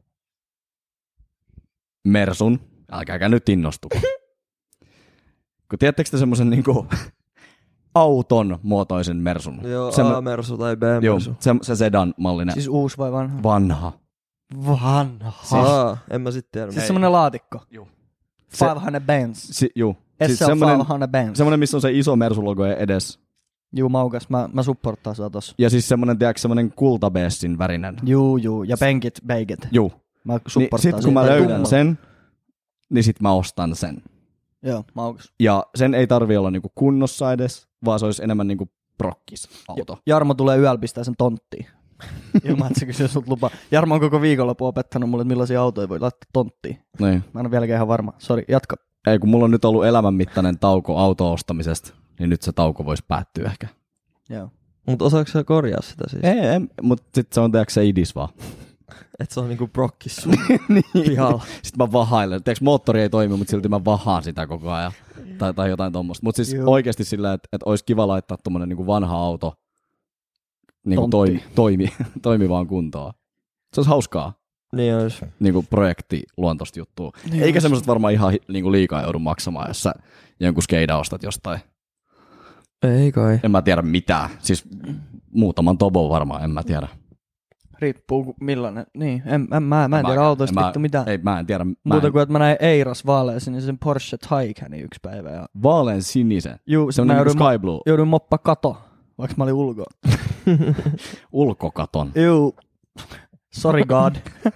Speaker 3: Mersun. Älkääkä nyt innostuko. Kun tiedättekö te semmosen niinku auton muotoisen Mersun?
Speaker 1: Joo,
Speaker 3: Semmo-
Speaker 1: A-mersu tai
Speaker 3: Joo,
Speaker 1: B-mersu.
Speaker 3: se, se sedan mallinen.
Speaker 2: Siis uusi vai vanha?
Speaker 3: Vanha.
Speaker 2: Vanha.
Speaker 1: Siis, Aa, en mä sit tiedä.
Speaker 2: Siis
Speaker 3: Ei.
Speaker 2: semmonen laatikko.
Speaker 3: Juu. Se-
Speaker 2: viisisataa Benz.
Speaker 3: Si, juu. Siis
Speaker 2: S L
Speaker 3: semmonen,
Speaker 2: viisisataa Benz.
Speaker 3: semmonen, missä on se iso Mersu-logo edes.
Speaker 2: Juu, maukas. Mä, mä supporttaan sua tossa.
Speaker 3: Ja siis semmonen, tiedätkö, semmonen kultabeessin värinen.
Speaker 2: Juu, juu. Ja penkit, beiget.
Speaker 3: Juu.
Speaker 2: Mä
Speaker 3: Niin
Speaker 2: supporttaan
Speaker 3: sit kun mä
Speaker 2: siitä.
Speaker 3: löydän
Speaker 2: Tumma.
Speaker 3: sen, niin sit mä ostan sen.
Speaker 2: Joo, maukas.
Speaker 3: Ja sen ei tarvi olla niinku kunnossa edes, vaan se olisi enemmän niinku prokkis auto.
Speaker 2: Jarmo tulee yöllä pistää sen tonttiin. ilman, että se kysyy sut lupaa. Jarmo on koko viikonloppu opettanut mulle, että millaisia autoja voi laittaa tonttiin.
Speaker 3: Niin.
Speaker 2: Mä en ole vieläkään ihan varma. Sori, jatka.
Speaker 3: Ei, kun mulla on nyt ollut elämänmittainen tauko auto-ostamisesta, niin nyt se tauko voisi päättyä ehkä.
Speaker 2: Joo.
Speaker 1: Mut osaatko sä korjaa sitä siis?
Speaker 3: Ei, ei mutta sit se on teoks se idis vaan.
Speaker 1: Et se on niinku brokkis sun
Speaker 3: niin.
Speaker 1: pihalla.
Speaker 3: Sitten mä vahailen. Teoks moottori ei toimi, mutta silti mä vahaan sitä koko ajan. Tai, tai jotain tommoista. Mutta siis
Speaker 2: Joo.
Speaker 3: oikeasti sillä, että et olisi kiva laittaa tommonen niinku vanha auto niinku
Speaker 2: Tontti.
Speaker 3: toimi, toimi, toimivaan kuntoon. Se olisi hauskaa.
Speaker 1: Niin ois.
Speaker 3: Niinku projekti luontoista juttua.
Speaker 2: Niin
Speaker 3: Eikä
Speaker 2: olisi.
Speaker 3: semmoiset varmaan ihan hi- niinku liikaa joudu maksamaan, jos sä jonkun skeida ostat jostain.
Speaker 1: Ei kai.
Speaker 3: En mä tiedä mitään. Siis muutaman tobon varmaan, en mä tiedä.
Speaker 2: Riippuu ku- millainen. Niin, en, en, mä, mä en tiedä
Speaker 3: Mä-
Speaker 2: autoista
Speaker 3: mä-
Speaker 2: vittu mitään.
Speaker 3: Ei, mä en tiedä. Mä
Speaker 2: Muuta
Speaker 3: en,
Speaker 2: kuin, että mä näin Eiras vaaleessa, niin sen Porsche Taycani yksi päivä. Ja...
Speaker 3: vaalean sinisen.
Speaker 2: Juu,
Speaker 3: Se on
Speaker 2: mä
Speaker 3: niinku
Speaker 2: joudun,
Speaker 3: Sky Blue.
Speaker 2: joudun moppa kato, vaikka mä olin ulkoa.
Speaker 3: Ulkokaton.
Speaker 2: Juu, sorry god.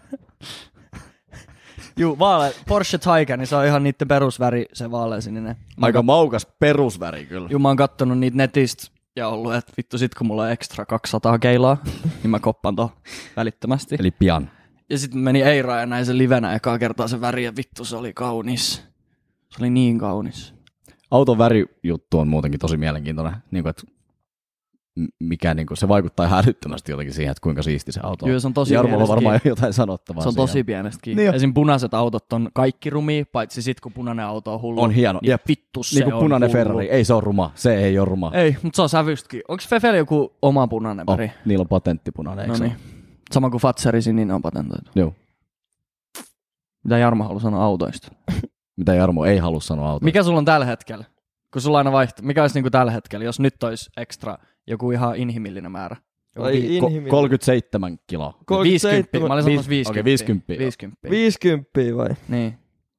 Speaker 2: Juu, vaale, Porsche Taycan, se on ihan niitten perusväri, se vaaleasininen. Mä
Speaker 3: Aika
Speaker 2: oon
Speaker 3: maukas perusväri kyllä.
Speaker 2: Juu, mä oon kattonut niitä netistä ja ollut, että vittu sit kun mulla on extra kaksisataa keilaa, niin mä koppan tohon välittömästi.
Speaker 3: Eli pian.
Speaker 2: Ja sitten meni Eiraan ja näin sen livenä ekaa kertaa se väri ja vittu se oli kaunis. Se oli niin kaunis.
Speaker 3: Auton värijuttu on muutenkin tosi mielenkiintoinen. Niin kuin, että mikä, niin kuin, se vaikuttaa ihan älyttömästi jotenkin siihen, että kuinka siisti se auto on.
Speaker 2: Joo, se on tosi
Speaker 3: Jarmolla on
Speaker 2: pienestä
Speaker 3: varmaan
Speaker 2: kiinni.
Speaker 3: jotain sanottavaa
Speaker 2: Se on
Speaker 3: siihen.
Speaker 2: tosi pienestä kiinni.
Speaker 3: Niin jo.
Speaker 2: Esim. punaiset autot on kaikki rumia, paitsi sit kun punainen auto on hullu.
Speaker 3: On hieno.
Speaker 2: Niin
Speaker 3: Jep.
Speaker 2: vittu se
Speaker 3: Niin kuin
Speaker 2: on
Speaker 3: punainen
Speaker 2: hullu.
Speaker 3: Ferrari. Ei se on ruma. Se ei ole ruma.
Speaker 2: Ei, mutta se on sävystäkin. Onko Fefeli joku oma punainen
Speaker 3: Oh,
Speaker 2: väri?
Speaker 3: niillä on patenttipunainen, eikö
Speaker 2: No
Speaker 3: se
Speaker 2: niin.
Speaker 3: ole?
Speaker 2: Sama kuin Fatseri sininen on patentoitu.
Speaker 3: Joo.
Speaker 2: Mitä Jarmo haluaa sanoa autoista?
Speaker 3: Mitä Jarmo ei halua sanoa autoista.
Speaker 2: Mikä sulla on tällä hetkellä? Kun sulla aina vaihtuu. Mikä olisi niinku tällä hetkellä, jos nyt olisi ekstra joku ihan inhimillinen määrä? Joku
Speaker 1: Ai
Speaker 2: vi-
Speaker 3: Ko-
Speaker 1: inhimillinen.
Speaker 3: kolmekymmentäseitsemän kiloa.
Speaker 2: viisikymmentä. Mä olin
Speaker 3: Viis-
Speaker 2: sanomassa viisikymmentä.
Speaker 3: okei, viisikymmentä.
Speaker 2: viisikymmentä.
Speaker 1: Viisikymppiä vai?
Speaker 2: Niin.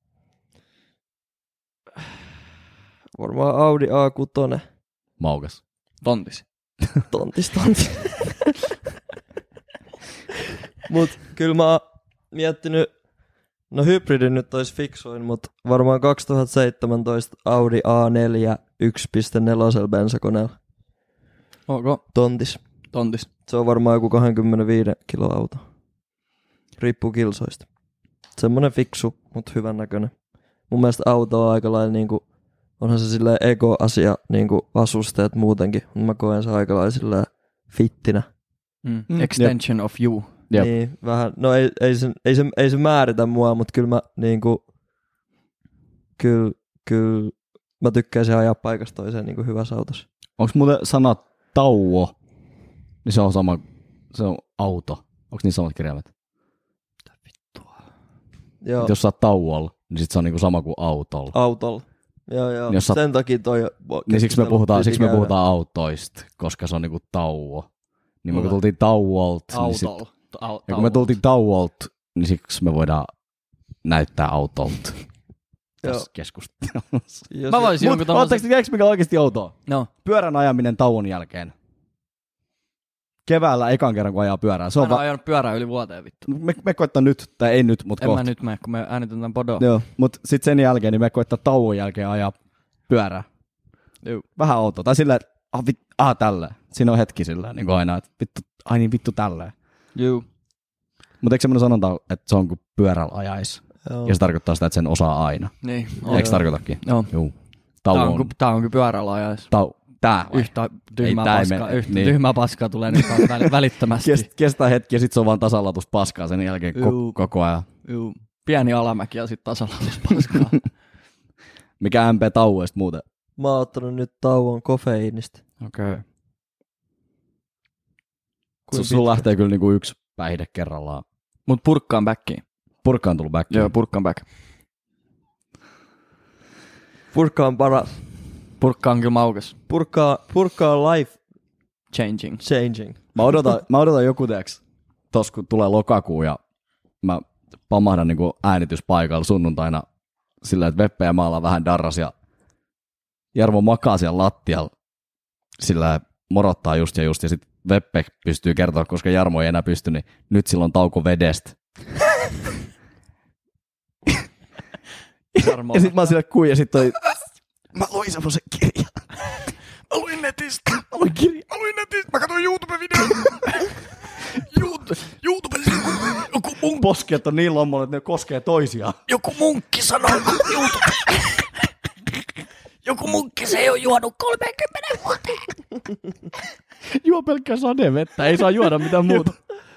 Speaker 1: Varmaan Audi A kuusi.
Speaker 3: Maukas.
Speaker 2: Tontis.
Speaker 1: Tontis, tontis. Mut kyllä mä oon miettinyt, no hybridi nyt olisi fiksuin, mut varmaan kaksituhattaseitsemäntoista Audi A neljä yksi pilkku neljä bensakoneella.
Speaker 2: Ok.
Speaker 1: Tontis.
Speaker 2: Tontis.
Speaker 1: Se on varmaan joku kaksikymmentäviisi kilo auto. Riippuu kilsoista. Semmonen fiksu, mut hyvän näköinen. Mun mielestä auto on aika lailla niinku, onhan se silleen ego-asia, niinku asusteet muutenkin, mutta mä koen se aika lailla silleen fittinä.
Speaker 2: Mm.
Speaker 3: Mm,
Speaker 2: Extension of you.
Speaker 3: Jep.
Speaker 1: Niin, vähän, no ei, ei, se, ei, se, ei se määritä mua, mutta kyllä mä niinku, kyllä, kyllä mä tykkäisin ajaa paikasta toiseen niinku hyvässä autossa.
Speaker 3: Onko muuten sana tauo? Niin se on sama, se on auto. Onko niin samat kirjaimet?
Speaker 1: Joo,
Speaker 3: Jos sä oot tauolla, niin sit se on niinku sama kuin autolla.
Speaker 1: autolla. Joo, joo.
Speaker 3: Jos sä-
Speaker 1: Sen takia toi...
Speaker 3: Niin siksi me puhutaan,
Speaker 1: piti
Speaker 3: siksi me
Speaker 1: käydä.
Speaker 3: puhutaan autoista, koska se on niinku tauo. Niin me kun
Speaker 1: Mulla-
Speaker 3: tultiin tauolta, niin sit,
Speaker 2: Autol. Au-
Speaker 3: ja kun me tultiin tauolta, niin siksi me voidaan näyttää autolta
Speaker 1: Joo.
Speaker 3: tässä keskustelussa.
Speaker 1: Jos-
Speaker 2: Mä voisin jonkun
Speaker 3: Mutta
Speaker 2: tommosen...
Speaker 3: ootteko tiedätkö mikä on oikeasti autoa?
Speaker 2: No.
Speaker 3: Pyörän ajaminen tauon jälkeen. Keväällä ekan kerran kun ajaa pyörää. Se
Speaker 2: Mä
Speaker 3: on
Speaker 2: en
Speaker 3: va-
Speaker 2: ole ajanut pyörää yli vuoteen vittu.
Speaker 3: me, me koittaa nyt, tai ei nyt, mutta
Speaker 2: En mä
Speaker 3: kohta.
Speaker 2: nyt mene, kun me äänitetään podoa.
Speaker 3: Joo, mutta sitten sen jälkeen niin me koittaa tauon jälkeen ajaa pyörää.
Speaker 2: Joo.
Speaker 3: Vähän outoa. Tai silleen, että ah, vit, ah tällä. Siinä on hetki sillä niin kuin aina, että vittu, ai niin vittu tälleen.
Speaker 2: Juu.
Speaker 3: Mutta eikö semmoinen sanonta, että se on kuin pyörällä ajais?
Speaker 1: Joo.
Speaker 3: Ja se tarkoittaa sitä, että sen osaa aina.
Speaker 2: Niin.
Speaker 3: Eikö se tarkoitakin?
Speaker 2: Joo.
Speaker 3: Juu.
Speaker 2: Tää
Speaker 3: Tauo
Speaker 2: on,
Speaker 3: on...
Speaker 2: kun, tää on kun pyörällä ajais.
Speaker 3: Tau... Tää vai?
Speaker 2: Yhtä tyhmää
Speaker 3: tää ei
Speaker 2: paskaa,
Speaker 3: mene-
Speaker 2: yhtä
Speaker 3: niin.
Speaker 2: tyhmää paskaa tulee nyt taas väl- välittömästi.
Speaker 3: Kest, kestää hetki ja sit se on vaan tasalatus paskaa sen jälkeen
Speaker 2: Juu.
Speaker 3: ko- koko ajan.
Speaker 2: Juu. Pieni alamäki ja sit tasalatus paskaa.
Speaker 3: Mikä M P tauoista muuten?
Speaker 1: Mä oon ottanut nyt tauon kofeiinista.
Speaker 2: Okei. Okay.
Speaker 1: Kuin
Speaker 3: Sulla
Speaker 1: pitkä?
Speaker 3: lähtee kyllä niinku yksi päihde kerrallaan.
Speaker 2: Mut purkkaan backiin.
Speaker 3: Purkka on tullut back.
Speaker 2: Joo, purkkaan back.
Speaker 1: Purkka on paras.
Speaker 2: Purkka on kyllä maukas.
Speaker 1: Purkka, purkka on life
Speaker 2: Changing.
Speaker 1: changing.
Speaker 3: Mä odotan, mä odotan joku teeks, tos kun tulee lokakuu ja mä pamahdan niinku äänityspaikalla sunnuntaina sillä, että Veppe ja mä ollaan vähän darras ja Jarmo makaa siellä lattialla sillä morottaa just ja just ja sit Veppe pystyy kertoa, koska Jarmo ei enää pysty, niin nyt sillä on tauko vedestä.
Speaker 2: Jarmo.
Speaker 3: Ja sit mä oon sillä kui ja sit toi, mä luin semmosen kirjan. Mä luin netistä. Mä luin kirjan. Mä luin netistä. Mä katsoin YouTube-videon. posket on niin lommolla, että ne koskee toisiaan.
Speaker 2: Joku munkki sanoi YouTube. Joku munkki, se ei ole juonut kolmekymmentä vuoteen.
Speaker 3: Juo pelkkää sadevettä, ei saa juoda mitään muuta.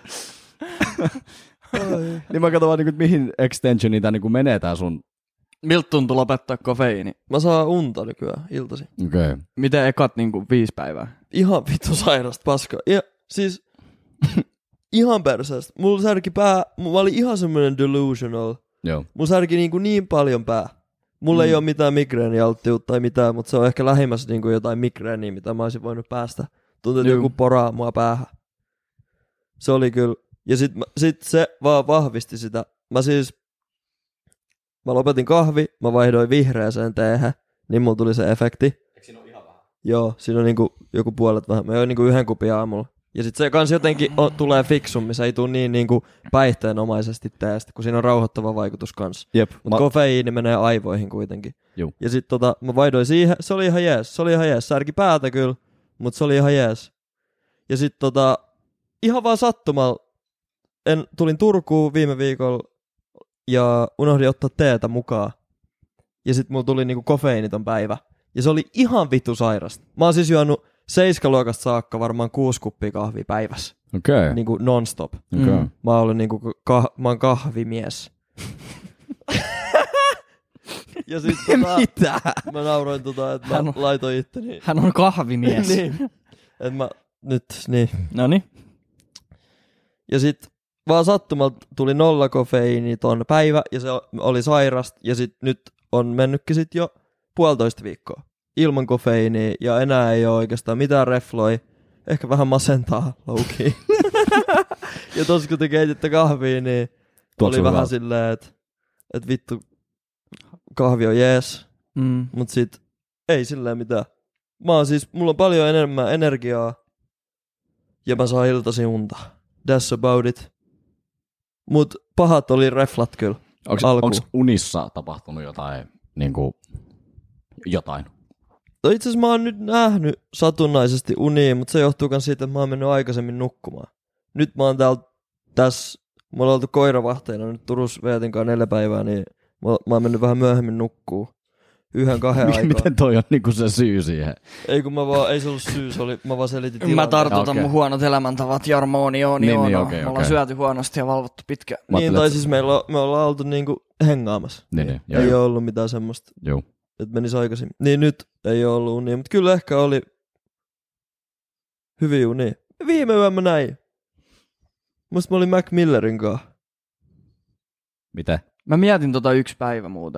Speaker 3: Niin mä katson vaan, niin kuin, mihin extensioniin tää niin menee tää sun.
Speaker 2: Miltä tuntuu lopettaa kofeiini?
Speaker 1: Mä saan unta nykyään iltaisin.
Speaker 3: Okei. Okay.
Speaker 2: Miten ekat niinku viisi päivää?
Speaker 1: Ihan vittu sairasta paskaa. Ja, siis ihan perseestä. Mulla särki pää, mä olin ihan semmoinen delusional.
Speaker 3: Joo.
Speaker 1: Mulla särki niin, niin paljon pää. Mulla mm. ei ole mitään migreenialttiutta tai mitään, mutta se on ehkä lähimmässä niin jotain migreeniä, mitä mä olisin voinut päästä. Tuntuu, että joku poraa mua päähän. Se oli kyllä. Ja sit, sit se vaan vahvisti sitä. Mä siis, mä lopetin kahvi, mä vaihdoin vihreäseen teehen, niin mulla tuli se efekti.
Speaker 3: Eikö siinä ole ihan vähän?
Speaker 1: Joo, siinä on niinku joku puolet vähän. Mä join niinku yhden kupin aamulla. Ja sit se kans jotenkin on, tulee fiksummin, se ei tuu niin niinku päihteenomaisesti teestä, kun siinä on rauhoittava vaikutus kans.
Speaker 3: Jep.
Speaker 1: Mut
Speaker 3: mä...
Speaker 1: kofeiini menee aivoihin kuitenkin.
Speaker 3: Juu.
Speaker 1: Ja sit tota, mä vaihdoin siihen, se oli ihan jees, se oli ihan jees. Särki päätä kyllä, mut se oli ihan jees. Ja sit tota, ihan vaan sattumalla, en, tulin Turkuun viime viikolla ja unohdin ottaa teetä mukaan. Ja sit mulla tuli niinku kofeiiniton päivä. Ja se oli ihan vittu sairasta. Mä oon siis juonut seiskaluokasta saakka varmaan kuusi kuppia kahvia päivässä.
Speaker 3: Okei. Okay.
Speaker 1: Niinku non-stop.
Speaker 3: Okay.
Speaker 1: Mm. Mä oon ollut niinku, kah- mä oon kahvimies. Ja sit tota,
Speaker 2: mitä?
Speaker 1: Mä nauroin tota, että mä
Speaker 2: Hän on-
Speaker 1: laitoin itteni.
Speaker 2: Hän on kahvimies.
Speaker 1: Niin. Et mä, nyt, niin.
Speaker 2: Noniin.
Speaker 1: Ja sit vaan sattumalta tuli nolla kofeiiniton päivä ja se oli sairasta. Ja sit nyt on mennytkin sit jo puolitoista viikkoa ilman kofeiiniä ja enää ei ole oikeastaan mitään refloi. Ehkä vähän masentaa loukiin. Ja tos kun te keititte kahvia, niin
Speaker 3: Tuolta
Speaker 1: oli vähän
Speaker 3: hyvältä.
Speaker 1: silleen, että et vittu kahvi on jees.
Speaker 2: Mm.
Speaker 1: Mut sit ei silleen mitään. Mä oon siis, mulla on paljon enemmän energiaa ja mä saan iltaisin unta. That's about it. Mut pahat oli reflat kyllä.
Speaker 3: Onko
Speaker 1: alkuun.
Speaker 3: unissa tapahtunut jotain, niinku, jotain?
Speaker 1: No itse asiassa mä oon nyt nähnyt satunnaisesti unia, mutta se johtuu myös siitä, että mä oon mennyt aikaisemmin nukkumaan. Nyt mä oon täällä tässä, me ollaan oltu koiravahteina nyt Turussa Veetinkaan neljä päivää, niin mä, mä oon mennyt vähän myöhemmin nukkuu. Yhden kahden aikaa.
Speaker 3: Miten toi on niinku se syy siihen?
Speaker 1: Ei kun mä vaan, ei se ollut syy, se oli, mä vaan selitin tilanteen.
Speaker 2: Mä tartutan
Speaker 3: Okei.
Speaker 2: mun huonot elämäntavat, Jarmo, on, on,
Speaker 3: Niin,
Speaker 2: on.
Speaker 3: niin,
Speaker 2: on.
Speaker 3: okei,
Speaker 2: Me ollaan
Speaker 3: okei.
Speaker 2: syöty huonosti ja valvottu pitkä.
Speaker 3: Mä
Speaker 1: Niin,
Speaker 3: ajattelin,
Speaker 1: tai
Speaker 3: että-
Speaker 1: siis meillä on, me ollaan oltu niinku hengaamassa.
Speaker 3: Niin, niin, joo,
Speaker 1: Ei
Speaker 3: joo.
Speaker 1: ole ollut mitään semmoista,
Speaker 3: Joo.
Speaker 1: että menisi aikaisin. Niin nyt ei ole ollut unia, mutta kyllä ehkä oli hyviä unia. Viime yön mä näin. Musta mä olin Mac Millerin kanssa.
Speaker 3: Miten?
Speaker 2: Mä mietin tota yksi päivä muuten.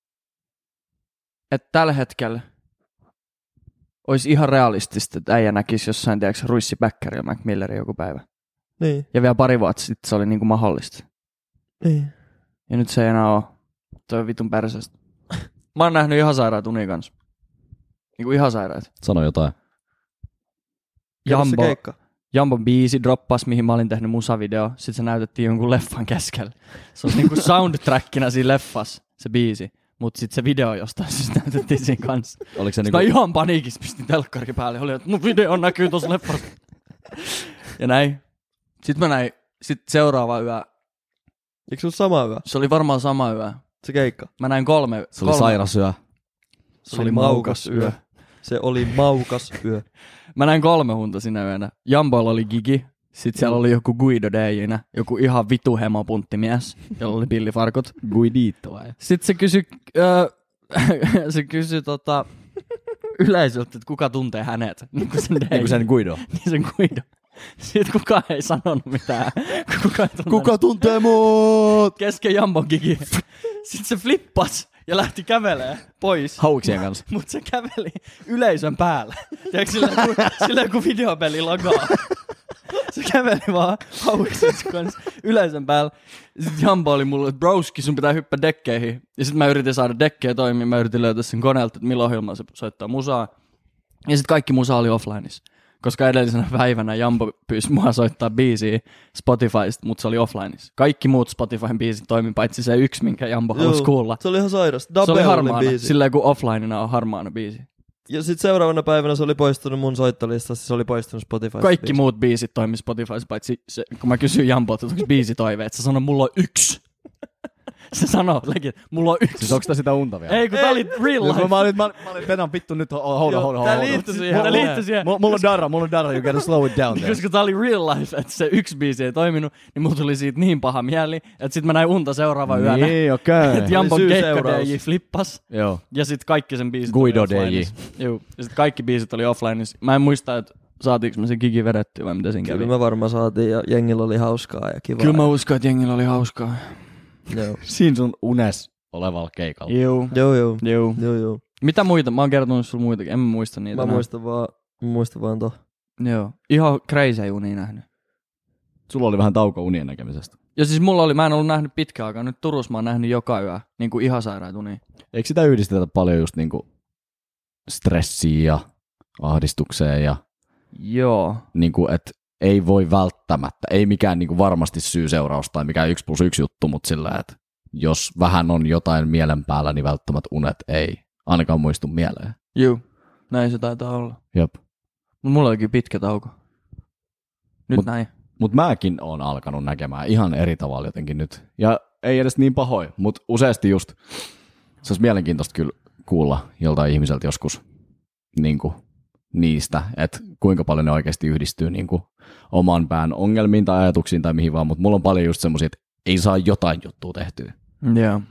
Speaker 2: Että tällä hetkellä olisi ihan realistista, että äijä näkisi jossain, tiedätkö, Ruissi Bäkkäri ja Mac Millerin joku päivä.
Speaker 1: Niin,
Speaker 2: Ja vielä pari vuotta sitten se oli niinku mahdollista.
Speaker 1: niin.
Speaker 2: Ja nyt se ei enää oo. Toi on vitun perseestä. Mä oon nähnyt ihan sairaat unia kanssa. Niinku ihan sairaat.
Speaker 3: Sano jotain.
Speaker 1: Kerro se
Speaker 2: Jambo,
Speaker 1: keikka.
Speaker 2: Jambon biisi droppas, mihin mä olin tehnyt musavideo. Sitten se näytettiin jonkun leffan keskellä. Se on niinku soundtrackina siinä leffassa, se biisi. Mut sit se video jostain syystä näytettiin siinä kanssa.
Speaker 3: Oliko se
Speaker 2: Sitten
Speaker 3: niinku...
Speaker 2: mä ihan paniikissa pistin telkkari päälle. Oli, että mun video näkyy tossa leffassa. Ja näin. Sitten mä näin. Sitten seuraava yö.
Speaker 1: Eikö sulla sama yö?
Speaker 2: Se oli varmaan sama yö.
Speaker 1: Se keikka.
Speaker 2: Mä näin kolme.
Speaker 3: Se oli
Speaker 2: kolme.
Speaker 3: sairas yö.
Speaker 2: Se oli maukas yö.
Speaker 1: Se oli maukas yö.
Speaker 2: Mä näin kolme hunta sinä yönä. Jambolla oli gigi. Sitten siellä oli joku Guido D J:nä. Joku ihan vitu hemopunttimies, jolla oli pillifarkut.
Speaker 3: Guidito vai?
Speaker 2: Sitten se kysyi, öö, se kysyi tota, yleisöltä, että kuka tuntee hänet. Niin kuin sen D J.
Speaker 3: Niinku sen Guido.
Speaker 2: Niin sen Guido. Sitten kukaan ei sanonut mitään. Kuka, ei tuntenut.
Speaker 3: tuntee mut?
Speaker 2: Kesken Jambon gigi. Sitten se flippas ja lähti kävelee pois.
Speaker 3: Hauksien kanssa.
Speaker 2: Mutta se käveli yleisön päällä. Tiedätkö, sillä kun, sillä kun videopeli logaa. Se käveli vaan hauksensa kanssa yleisön päällä. Sitten Jambo oli mulle, että broski, sun pitää hyppää dekkeihin. Ja sitten mä yritin saada dekkejä toimia. Mä yritin löytää sen koneelta, että milloin ohjelmaa se soittaa musaa. Ja sitten kaikki musa oli offlineissa. Koska edellisenä päivänä Jambo pyysi mua soittaa biisiä Spotifysta, mutta se oli offlineissa. Kaikki muut Spotifyn biisit toimi, paitsi se yksi, minkä Jambo halusi kuulla.
Speaker 1: Se oli ihan sairas.
Speaker 2: Se oli
Speaker 1: Dabe
Speaker 2: harmaana,
Speaker 1: biisi.
Speaker 2: silleen kun offlineina on harmaana biisi.
Speaker 1: ja sit seuraavana päivänä se oli poistunut mun soittolistasta, se oli poistunut Spotify.
Speaker 2: Kaikki muut biisit toimi Spotifyssa, paitsi se, kun mä kysyin Jampolta, että onko biisitoiveet, se sanoi, mulla on yksi. Se sanoo, legit, mulla on yksi.
Speaker 3: Siis onks tää sitä unta vielä?
Speaker 2: Ei, kun tää oli real life.
Speaker 3: Mä olin, mä, mä olin Penan vittu nyt, houda, houda,
Speaker 2: Tää
Speaker 3: houda.
Speaker 2: liittyy siihen, tää liittyy siihen.
Speaker 3: Mulla on darra, mulla on darra, you gotta slow it down there.
Speaker 2: Koska tää oli real life, että se yksi biisi ei toiminut, niin mulla tuli siitä niin paha mieli, että sit mä näin unta seuraava yönä.
Speaker 3: Niin, okei.
Speaker 2: Että Jampon
Speaker 1: Oli
Speaker 2: keikka
Speaker 1: syy-seuraus.
Speaker 2: D J flippas.
Speaker 3: Joo.
Speaker 2: Ja sit kaikki sen biisit
Speaker 3: Guido
Speaker 2: oli
Speaker 3: D J.
Speaker 2: offlineissa. Joo. Ja sit kaikki biisit oli offline. Mä en muista, että saatiinko me sen gigi vedettyä vai mitä siinä kävi.
Speaker 1: Kyllä me varmaan saatiin ja jengillä oli hauskaa ja kivaa.
Speaker 2: Kyllä mä uskon, että jengillä oli hauskaa.
Speaker 1: Joo.
Speaker 3: Siinä sun unes olevalla keikalla.
Speaker 2: Joo.
Speaker 1: Joo, joo.
Speaker 2: Joo.
Speaker 1: Joo, joo.
Speaker 2: Mitä muita? Mä oon kertonut sulle muitakin. En mä muista niitä.
Speaker 1: Mä
Speaker 2: enää.
Speaker 1: muistan vaan, mä muistan vaan toh.
Speaker 2: Joo. Ihan crazy unia nähnyt.
Speaker 3: Sulla oli vähän tauko unien näkemisestä.
Speaker 2: Ja siis mulla oli, mä en ollut nähnyt pitkään aikaa. Nyt Turussa mä oon nähnyt joka yö. Niin kuin ihan sairaat unia.
Speaker 3: Eikö sitä yhdistetä paljon just niinku stressiin ja ahdistukseen ja
Speaker 2: Joo.
Speaker 3: niinku, että ei voi välttämättä, ei mikään niinku varmasti syy-seuraus tai mikään yksi plus yksi juttu, mutta sillä, että jos vähän on jotain mielen päällä, niin välttämättä unet ei ainakaan muistu mieleen.
Speaker 2: Joo. Näin se taitaa olla.
Speaker 3: Jop.
Speaker 2: Mut mulla olikin pitkä tauko. Nyt
Speaker 3: Mut-
Speaker 2: näin.
Speaker 3: Mutta mäkin oon alkanut näkemään ihan eri tavalla jotenkin nyt. Ja ei edes niin pahoin, mutta useasti just se olisi mielenkiintoista kyllä kuulla joltain ihmiseltä joskus niinku, niistä, että kuinka paljon ne oikeasti yhdistyy niinku, oman pään ongelmiin tai ajatuksiin tai mihin vaan, mutta mulla on paljon just semmosia, että ei saa jotain juttua tehtyä.
Speaker 2: Joo.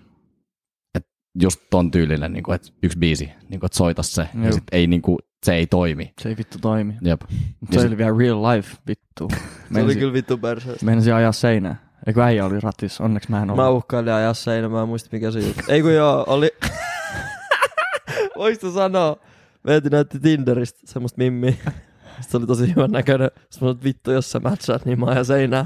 Speaker 3: Just ton tyylinen, niinku, että yksi biisi, niinku, että soita se,
Speaker 2: Joo.
Speaker 3: ja sit ei, niinku, se ei toimi.
Speaker 2: Se ei vittu toimi.
Speaker 3: Jep.
Speaker 2: Mut se
Speaker 3: Ja
Speaker 2: oli vielä real life, vittu.
Speaker 1: Se oli kyllä vittu perseestä.
Speaker 2: Meinasin ajaa seinään. Eikö äijä oli ratissa? Onneksi mä en ollut.
Speaker 1: Mä uhkailin ajaa seinä, mä en muista mikä se juttu. Ei kun joo, oli... Voisto sanoa? Veeti näytti Tinderistä semmoista mimmiä. Sitten se oli tosi hyvän näköinen. Sitten mä sanoin, vittu, jos sä matchaat, niin mä ajan seinään.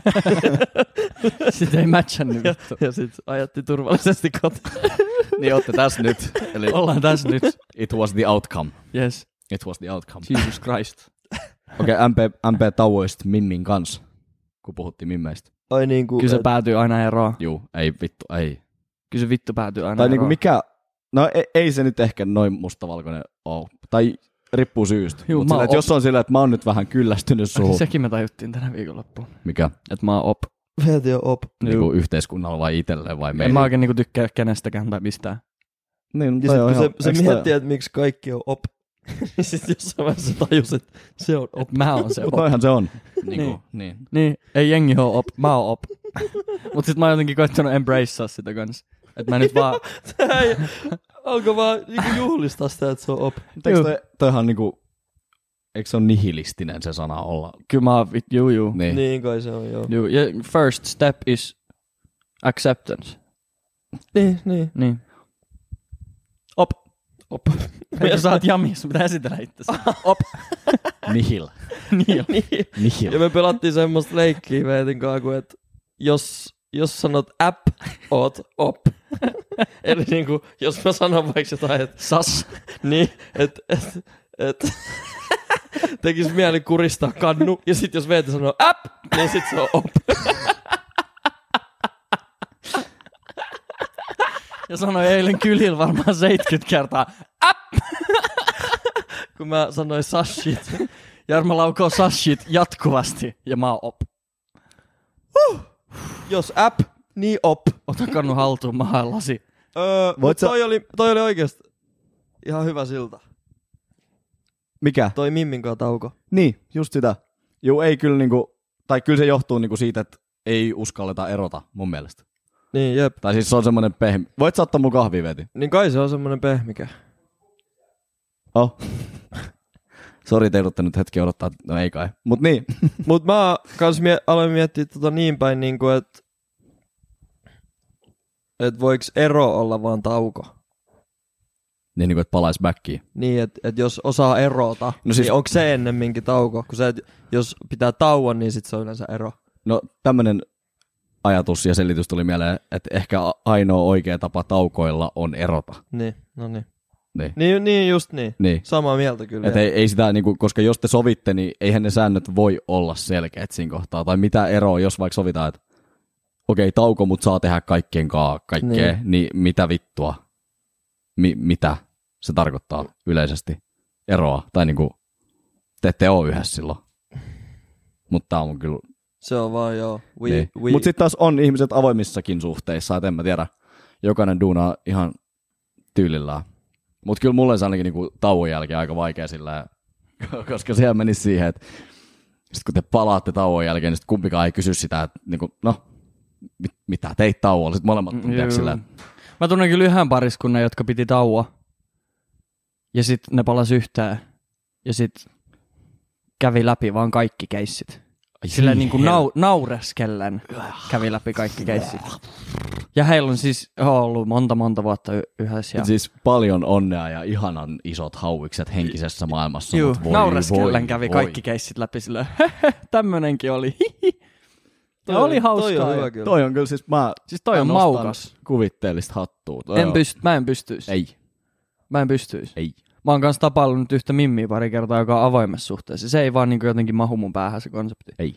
Speaker 2: Sitten ei matchannut
Speaker 1: ja,
Speaker 2: vittu.
Speaker 1: ja sit ajatti turvallisesti kotiin.
Speaker 3: Niin ootte tässä nyt. Eli
Speaker 2: Ollaan tässä nyt.
Speaker 3: it was the outcome.
Speaker 2: Yes.
Speaker 3: It was the outcome.
Speaker 2: Jesus Christ.
Speaker 3: Okei, okay, M P, M P-tauoista Mimmin kanssa, kun puhuttiin Mimmeistä.
Speaker 1: Ai niinku...
Speaker 2: Kyllä se
Speaker 1: et-
Speaker 2: päätyy aina eroon.
Speaker 3: Juu, ei vittu, ei.
Speaker 2: Kyllä se vittu päätyy aina
Speaker 3: Tai niinku
Speaker 2: eroon.
Speaker 3: mikä, no ei, ei se nyt ehkä noin mustavalkoinen ole. Tai riippuu syystä.
Speaker 2: Juu,
Speaker 3: Mut
Speaker 2: mä
Speaker 3: sillä,
Speaker 2: oon
Speaker 3: että jos on sillä, että mä oon nyt vähän kyllästynyt suhun.
Speaker 2: Sekin me tajuttiin tänä viikonloppuun.
Speaker 3: Mikä?
Speaker 2: Että mä oon op.
Speaker 1: Veeti on op.
Speaker 3: Niinku yhteiskunnalla vai itselleen vai
Speaker 2: En
Speaker 3: meille?
Speaker 2: mä oikein niinku tykkää kenestäkään tai mistään.
Speaker 3: Niin,
Speaker 1: Ja
Speaker 3: toi
Speaker 1: sit,
Speaker 3: on
Speaker 1: kun
Speaker 3: ihan,
Speaker 1: se, se
Speaker 3: eikö toi-
Speaker 1: miettii, että miksi kaikki on op. Niin sit jossain vaiheessa tajus, että se on op.
Speaker 2: Et mä oon se
Speaker 3: Mut
Speaker 2: op.
Speaker 3: toihan se on. Niinku,
Speaker 2: Niin.
Speaker 3: niin.
Speaker 2: Niin, ei jengi oo op. Mä oon op. Mut sit mä oon jotenkin koittanut embracea sitä kans. Et mä nyt vaan...
Speaker 1: Tää ei alkoi vaan niinku juhlistaa sitä, että se on op.
Speaker 3: Mutta eikö toi, toihan niinku, eikö se on nihilistinen se sana olla?
Speaker 2: Kyllä mä oon... vit- Juu, juu.
Speaker 3: Niin.
Speaker 1: Niin kai se on, joo.
Speaker 2: Juu. Ja first step is acceptance.
Speaker 1: Niin, niin.
Speaker 2: Niin. Op. Op. Eikö sä oot jamis, mitä esitellä itsesi? Op.
Speaker 3: Nihil.
Speaker 2: Niin.
Speaker 1: niin.
Speaker 3: Nihil.
Speaker 1: Ja me pelattiin semmoista leikkiä Veetin kanssa, että jos, jos sanot app, oot op. Eli niinku, jos mä sanon vaikka jotain, että
Speaker 2: Sas.
Speaker 1: niin, että et, et, tekis mieli kuristaa kannu, ja sit jos Veeti sanoo app, niin sit se on op.
Speaker 2: Ja sanoi eilen kylillä varmaan seitsemänkymmentä kertaa. App!
Speaker 1: Kun mä sanoin sashit.
Speaker 2: Jarmo laukoo sashit jatkuvasti ja mä oon op.
Speaker 1: Jos app, niin op.
Speaker 2: Ota kannu haltuun, mä haen lasi.
Speaker 1: Öö, mut
Speaker 3: sä-
Speaker 1: toi, oli, toi oli oikeesti ihan hyvä silta.
Speaker 3: Mikä?
Speaker 1: Toi Mimmin kanssa tauko.
Speaker 3: Niin, just sitä. Juu, ei kyllä niinku, tai kyllä se johtuu niinku siitä, että ei uskalleta erota mun mielestä.
Speaker 1: Niin, jep.
Speaker 3: Tai siis se on semmoinen pehmi. Voit sä ottaa mun kahvia, Veti?
Speaker 1: Niin kai se on semmonen pehmikä.
Speaker 3: Oh. Sori, te joudutte nyt hetki odottaa. No ei kai. Mut niin.
Speaker 1: Mut mä kans mie- aloin miettiä tota niin päin, niinku, että et voiko ero olla vaan tauko?
Speaker 3: Niin niinku, että palais backiin.
Speaker 1: Niin, että et jos osaa erota, no
Speaker 3: siis-
Speaker 1: siis... niin onko se ennemminkin tauko? Kun se, et, jos pitää tauon, niin sit se on yleensä ero.
Speaker 3: No tämmönen ajatus ja selitys tuli mieleen, että ehkä ainoa oikea tapa taukoilla on erota.
Speaker 1: Niin, no niin.
Speaker 3: Niin.
Speaker 1: Niin, niin just niin.
Speaker 3: Niin.
Speaker 1: Samaa mieltä kyllä.
Speaker 3: Et ei, ei sitä, niinku, koska jos te sovitte, niin eihän ne säännöt voi olla selkeät siinä kohtaa. Tai mitä eroa, jos vaikka sovitaan, että okei, okay, tauko, mutta saa tehdä kaikkien kaa kaikkea, niin, niin mitä vittua? Mi- mitä se tarkoittaa yleisesti? eroa. Tai niinku, te ette ole yhdessä silloin. Mutta tää on kyllä...
Speaker 1: Se on vaan joo. We,
Speaker 3: niin.
Speaker 1: we...
Speaker 3: Mutta sitten taas on ihmiset avoimissakin suhteissa, et en mä tiedä. Jokainen duunaa ihan tyylillään. Mutta kyllä mulle se ainakin niinku tauon jälkeen aika vaikea sillä, koska siellä menisi siihen, että sit kun te palaatte tauon jälkeen, niin sit kumpikaan ei kysy sitä, että niinku, no, mit, mitä teit tauolla? Sitten molemmat tuntiaksi sillä.
Speaker 2: Mä tunnen kyllä yhden pariskunnan, jotka piti tauoa. Ja sitten ne palasi yhteen. Ja sitten kävi läpi vaan kaikki keissit. Silleen niin kuin nau- naureskellen kävi läpi kaikki keissit. Ja heillä on siis ollut monta monta vuotta y- yhdessä. Ja...
Speaker 3: Siis paljon onnea ja ihanan isot hauikset henkisessä maailmassa.
Speaker 2: Juu,
Speaker 3: voi,
Speaker 2: naureskellen
Speaker 3: voi,
Speaker 2: kävi
Speaker 3: voi.
Speaker 2: kaikki keissit läpi silleen, tämmönenkin oli.
Speaker 1: Toi,
Speaker 2: oli hauskaa.
Speaker 1: Toi on hyvä kyllä.
Speaker 3: Toi on kyllä siis mä...
Speaker 2: Siis toi on
Speaker 3: nostan
Speaker 2: maukas.
Speaker 3: Kuvitteellista hattua. Toi
Speaker 2: En
Speaker 3: on...
Speaker 2: pyst- mä en pystyisi.
Speaker 3: Ei.
Speaker 2: Mä en pystyisi.
Speaker 3: Ei.
Speaker 2: Mä oon kanssa tapaillut nyt yhtä mimmiä pari kertaa, joka on avoimessa suhteessa. Se ei vaan niinku jotenkin mahu mun päähän se konsepti.
Speaker 3: Ei.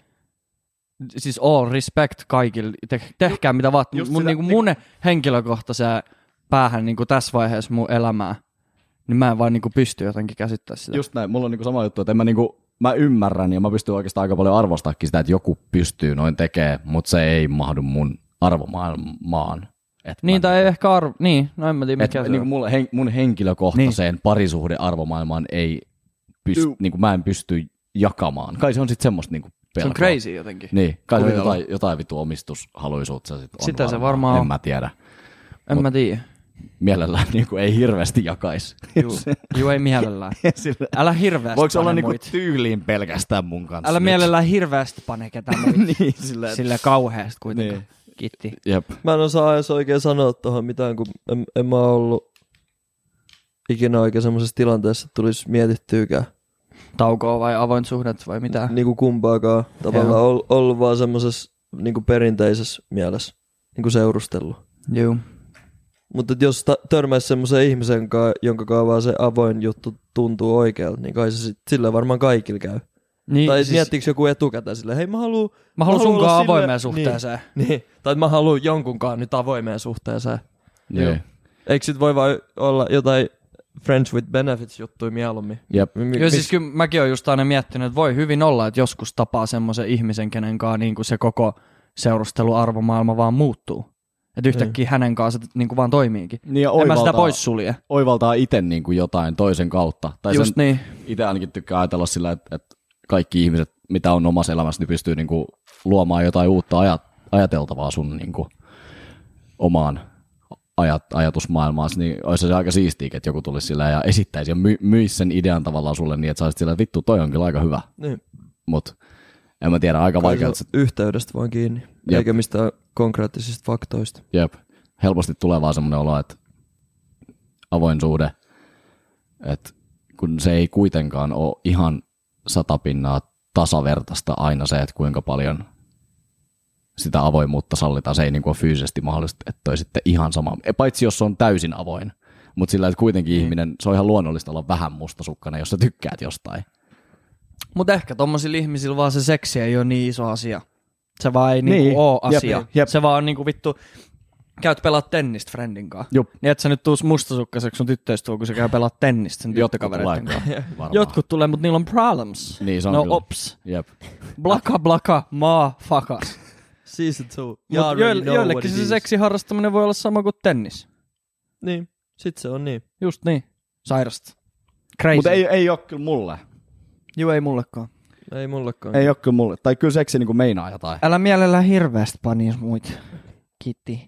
Speaker 2: Siis all respect kaikille. Te- tehkää mitä vaan. Mun,
Speaker 3: sitä,
Speaker 2: niinku, mun henkilökohtaiseen päähän niinku tässä vaiheessa mun elämää, niin mä en vaan niinku pysty jotenkin käsittämään sitä.
Speaker 3: Just näin. Mulla on niinku sama juttu, että en mä, niinku, mä ymmärrän ja mä pystyn oikeastaan aika paljon arvostaakin sitä, että joku pystyy noin tekemään, mutta se ei mahdu mun arvomaailmaan. Et
Speaker 2: Niin,
Speaker 3: mä,
Speaker 2: tai ei ehkä arvo... Niin, no en mä tiedä mikä
Speaker 3: et,
Speaker 2: se
Speaker 3: niinku
Speaker 2: on.
Speaker 3: mulle, hen, mun henkilökohtaiseen niin. parisuhdearvomaailmaan ei pysty, niinku mä en pysty jakamaan. Kai se on sit semmoista niinku pelkoa.
Speaker 2: Se on crazy jotenkin.
Speaker 3: Niin, kai se
Speaker 2: Voi
Speaker 3: jotain, jotain vitu omistushaluisuutta se sit on.
Speaker 2: Sitä se
Speaker 3: varmaan.
Speaker 2: varmaan
Speaker 3: En
Speaker 2: on.
Speaker 3: mä tiedä.
Speaker 2: En
Speaker 3: Mut-
Speaker 2: mä tiedä.
Speaker 3: Mielellään niinku ei hirveästi jakaisi.
Speaker 2: Juu, Juu ei mielellään.
Speaker 3: Sillä...
Speaker 2: Älä hirveästi
Speaker 3: Voiko
Speaker 2: pane
Speaker 3: olla niinku
Speaker 2: muit.
Speaker 3: tyyliin pelkästään mun kanssa?
Speaker 2: Älä
Speaker 3: nyt?
Speaker 2: mielellään hirveästi pane ketään muit.
Speaker 3: niin, sillä...
Speaker 2: Sille kauheasti kuitenkaan.
Speaker 3: Niin.
Speaker 2: Kiitti.
Speaker 3: Jep.
Speaker 1: Mä en osaa edes oikein sanoa tohon mitään, kun en, en mä ollut ikinä oikein semmoisessa tilanteessa, että tulisi mietittyykään
Speaker 2: Taukoa vai avoin suhdet vai mitä?
Speaker 1: niinku kumpaakaan. Tavallaan ol, ollut vaan semmoisessa niinku perinteisessä mielessä niinku seurustellut.
Speaker 2: Juu.
Speaker 1: Mutta jos ta- törmäisi semmoisen ihmisen, ka- jonka kanssa vaan se avoin juttu tuntuu oikealta, niin kai se sit, sillä varmaan kaikilla käy.
Speaker 2: Niin,
Speaker 1: Tai
Speaker 2: siis,
Speaker 1: siis... miettiikö joku etukäteen silleen, hei mä haluun...
Speaker 2: mä haluan
Speaker 1: mä haluan
Speaker 2: sunkaan
Speaker 1: olla
Speaker 2: avoimeen
Speaker 1: sille-
Speaker 2: suhteeseen.
Speaker 1: Niin, niin. Tai mä haluun jonkunkaan nyt avoimeen suhteeseen.
Speaker 3: Niin.
Speaker 1: Eikö sit voi vaan olla jotain Friends with Benefits -juttuja mieluummin?
Speaker 3: Jep.
Speaker 1: Mi-
Speaker 2: Joo, siis kyllä mäkin olen just aina miettinyt, että voi hyvin olla, että joskus tapaa semmoisen ihmisen, kenen kanssa niin kuin se koko seurusteluarvomaailma vaan muuttuu. Että yhtäkkiä hänen kanssa se niin kuin vaan toimiikin.
Speaker 3: Niin ja
Speaker 2: En mä sitä
Speaker 3: oivaltaa,
Speaker 2: pois sulje.
Speaker 3: oivaltaa itse niinku jotain toisen kautta. Tai
Speaker 2: Just
Speaker 3: sen,
Speaker 2: niin.
Speaker 3: itse ainakin tykkää ajatella sillä, että, että kaikki ihmiset, mitä on omassa elämässä, niin pystyy niinku luomaan jotain uutta ajat, ajateltavaa sun niinku omaan ajat, ajatusmaailmaan. Niin olisi se aika siistiä, että joku tulisi sillä ja esittäisi ja my, myisi sen idean tavallaan sulle niin, että sä olisit sillä, että vittu, toi on kyllä aika hyvä.
Speaker 1: Niin.
Speaker 3: Mut en mä tiedä, aika
Speaker 1: Kai
Speaker 3: vaikea.
Speaker 1: se on yhteydestä vaan kiinni,
Speaker 3: Jep.
Speaker 1: eikä mistään konkreettisista faktoista.
Speaker 3: Jep. Helposti tulee vaan semmoinen olo, että avoin suhde, että kun se ei kuitenkaan ole ihan satapinnaa tasavertaista aina se, että kuinka paljon sitä avoimuutta sallitaan. Se ei niin kuin ole fyysisesti mahdollista, että toi sitten ihan sama. Paitsi jos se on täysin avoin, mutta sillä, että kuitenkin mm. ihminen, se on ihan luonnollista olla vähän mustasukkainen, jos sä tykkäät jostain.
Speaker 2: Mutta ehkä tommosilla ihmisillä vaan se seksi ei ole niin iso asia. Se vaan ei niinku
Speaker 3: Niin.
Speaker 2: oo
Speaker 3: Jep,
Speaker 2: asia.
Speaker 3: jep.
Speaker 2: Se vaan on niinku vittu, käyt pelaat tennistä friendin kanssa.
Speaker 3: Jup.
Speaker 2: Niin et sä nyt tuus mustasukkaiseksi sun tyttöystävä, kun sä käy pelaat tennistä sen
Speaker 3: Jotkut
Speaker 2: tyttökavereiden
Speaker 3: tulee.
Speaker 2: kanssa.
Speaker 3: Varmaan.
Speaker 2: Jotkut tulee, mutta niillä on problems.
Speaker 3: Niin se on
Speaker 2: no
Speaker 3: kyllä.
Speaker 2: ops.
Speaker 3: Jep.
Speaker 2: Blaka blaka, maa fakas.
Speaker 1: Season two.
Speaker 2: Mut
Speaker 1: You already
Speaker 2: joille,
Speaker 1: know
Speaker 2: joillekin
Speaker 1: what it
Speaker 2: se
Speaker 1: is.
Speaker 2: seksi harrastaminen voi olla sama kuin tennis.
Speaker 1: Niin, sit se on niin.
Speaker 2: Just niin. Sairasta. Crazy.
Speaker 3: Mutta ei, ei ole kyllä mulle.
Speaker 2: Juu, ei mullekaan.
Speaker 1: Ei mullekaan.
Speaker 3: Ei ole kyllä mulle. Tai kyllä seksi niin kuin meinaa jotain.
Speaker 2: Älä mielellään hirveästi panis muita. Kiitti.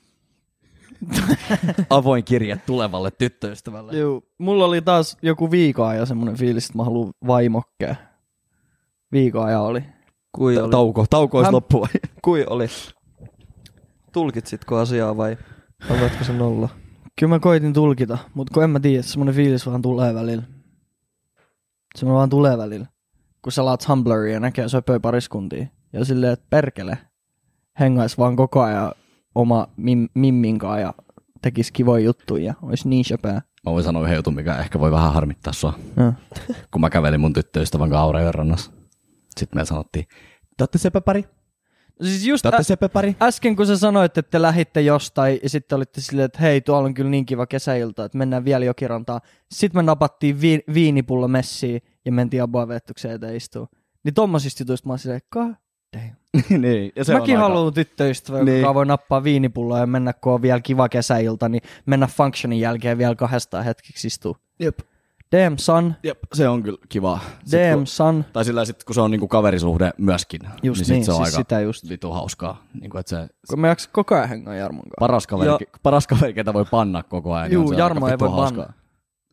Speaker 3: Avoin kirje tulevalle tyttöystävälle.
Speaker 2: Juu, mulla oli taas joku viikon ajan semmonen fiilis, että mä haluan vaimokkea. Viikon ajan oli.
Speaker 1: Kui oli?
Speaker 3: Tauko, tauko olisi
Speaker 2: Häm-
Speaker 3: loppu vai?
Speaker 1: Kui oli? Tulkitsitko asiaa vai annoitko sen nolla?
Speaker 2: Kyllä mä koitin tulkita, mutta kun en mä tiedä, semmonen fiilis vaan tulee välillä. Semmonen vaan tulee välillä. Kun sä laat Humbleria ja näkee söpöä pariskuntia. Ja silleen, että perkele, hengais vaan koko ajan oma mim- mimminkaan ja tekis kivoja juttuja ja ois niin söpöä.
Speaker 3: Mä voin sanoa yhden jutun, mikä ehkä voi vähän harmittaa sua.
Speaker 2: Ja.
Speaker 3: Kun mä kävelin mun tyttöystävän kanssa Aurajoen rannassa. Sitten me sanottiin, te ootte sepä pari.
Speaker 2: Siis just
Speaker 3: Tätä
Speaker 2: ä-
Speaker 3: se pepari.
Speaker 2: äsken kun sä sanoit, että te lähitte jostain ja sitten olitte silleen, että hei, tuolla on kyllä niin kiva kesäilta, että mennään vielä Jokirantaan. Sitten me napattiin vi- viinipullo messiin ja mentiin Aboavettukseen eteen istua. Niin tommosista jutuista mä oon silleen, god damn.
Speaker 3: niin, ja se
Speaker 2: Mäkin
Speaker 3: on aika...
Speaker 2: haluan tyttöystävä,
Speaker 3: Niin.
Speaker 2: joka voi nappaa viinipulloa ja mennä, kun on vielä kiva kesäilta, niin mennä functionin jälkeen vielä kahdestaan hetkeksi istua.
Speaker 3: Jep.
Speaker 2: Damn son,
Speaker 3: Jep, se on kyllä kiva. Sit
Speaker 2: damn
Speaker 3: kun,
Speaker 2: son.
Speaker 3: tai sillä sit, kun se on niinku kaverisuhde myöskin,
Speaker 2: Just
Speaker 3: niin, sit
Speaker 2: niin,
Speaker 3: se on
Speaker 2: siis
Speaker 3: aika
Speaker 2: sitä just.
Speaker 3: vitu hauskaa. Niinku, että se
Speaker 2: Kun me jaksa koko ajan hengaa Jarmon kanssa.
Speaker 3: paras kaveri,
Speaker 1: Ja-
Speaker 3: paras kaveri, ketä voi panna koko ajan.
Speaker 2: Juu,
Speaker 3: niin on se
Speaker 2: Jarmo
Speaker 3: aika
Speaker 2: ei
Speaker 3: vittu
Speaker 2: voi
Speaker 3: hauskaa.
Speaker 2: panna.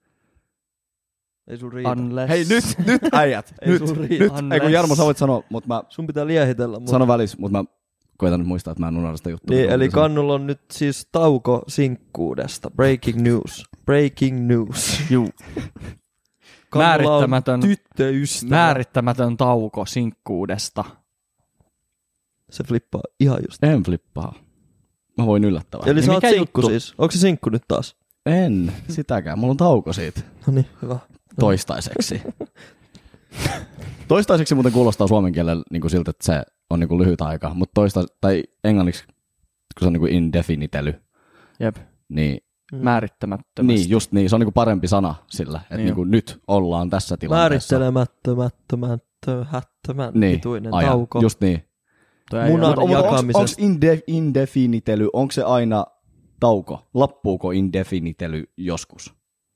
Speaker 1: Ei sun riitä.
Speaker 2: Unless.
Speaker 3: Hei nyt, nyt äijät,
Speaker 1: Ei
Speaker 3: nyt,
Speaker 1: sun riitä.
Speaker 3: nyt. Ei kun Jarmo sä voit sanoa, mutta mä
Speaker 1: Sun pitää liehitellä. Mut...
Speaker 3: sanon välissä, mutta mä koitan nyt muistaa, että mä en unohda sitä juttua.
Speaker 1: Niin,
Speaker 3: mitä
Speaker 1: eli
Speaker 3: mä sanon.
Speaker 1: Kannulla on nyt siis tauko sinkkuudesta. Breaking news. Breaking news.
Speaker 2: Juu.
Speaker 1: Kannulla on
Speaker 2: Määrittämätön,
Speaker 1: tyttöystävä.
Speaker 2: määrittämätön tauko sinkkuudesta.
Speaker 1: Se flippaa ihan just.
Speaker 3: En flippaa. Mä voin yllättävää.
Speaker 1: Eli
Speaker 2: Niin
Speaker 1: sä oot
Speaker 2: mikä
Speaker 1: sinkku
Speaker 2: juttu?
Speaker 1: siis. Onko se sinkku nyt taas?
Speaker 3: En, sitäkään. Mulla on tauko siitä.
Speaker 1: No niin, hyvä.
Speaker 3: Toistaiseksi. Toistaiseksi muuten kuulostaa suomen kielellä niin kuin siltä, että se on niin kuin lyhyt aika, mutta toista, tai englanniksi, kun se on niin kuin indefinitely,
Speaker 2: Jep.
Speaker 3: niin,
Speaker 2: Määrittämättömästi.
Speaker 3: niin just niin, se on niin kuin parempi sana sillä, että
Speaker 2: Niin
Speaker 3: niin kuin nyt ollaan tässä tilanteessa.
Speaker 1: Määrittelemättömättömättömättömän
Speaker 3: Niin,
Speaker 1: pituinen
Speaker 3: ajan,
Speaker 1: tauko.
Speaker 3: just niin.
Speaker 2: Toi ei
Speaker 1: Munan
Speaker 2: ole-
Speaker 3: Onko
Speaker 1: jakamisesta.
Speaker 3: inde, indefinitely, onko se aina tauko? Lappuuko indefinitely joskus?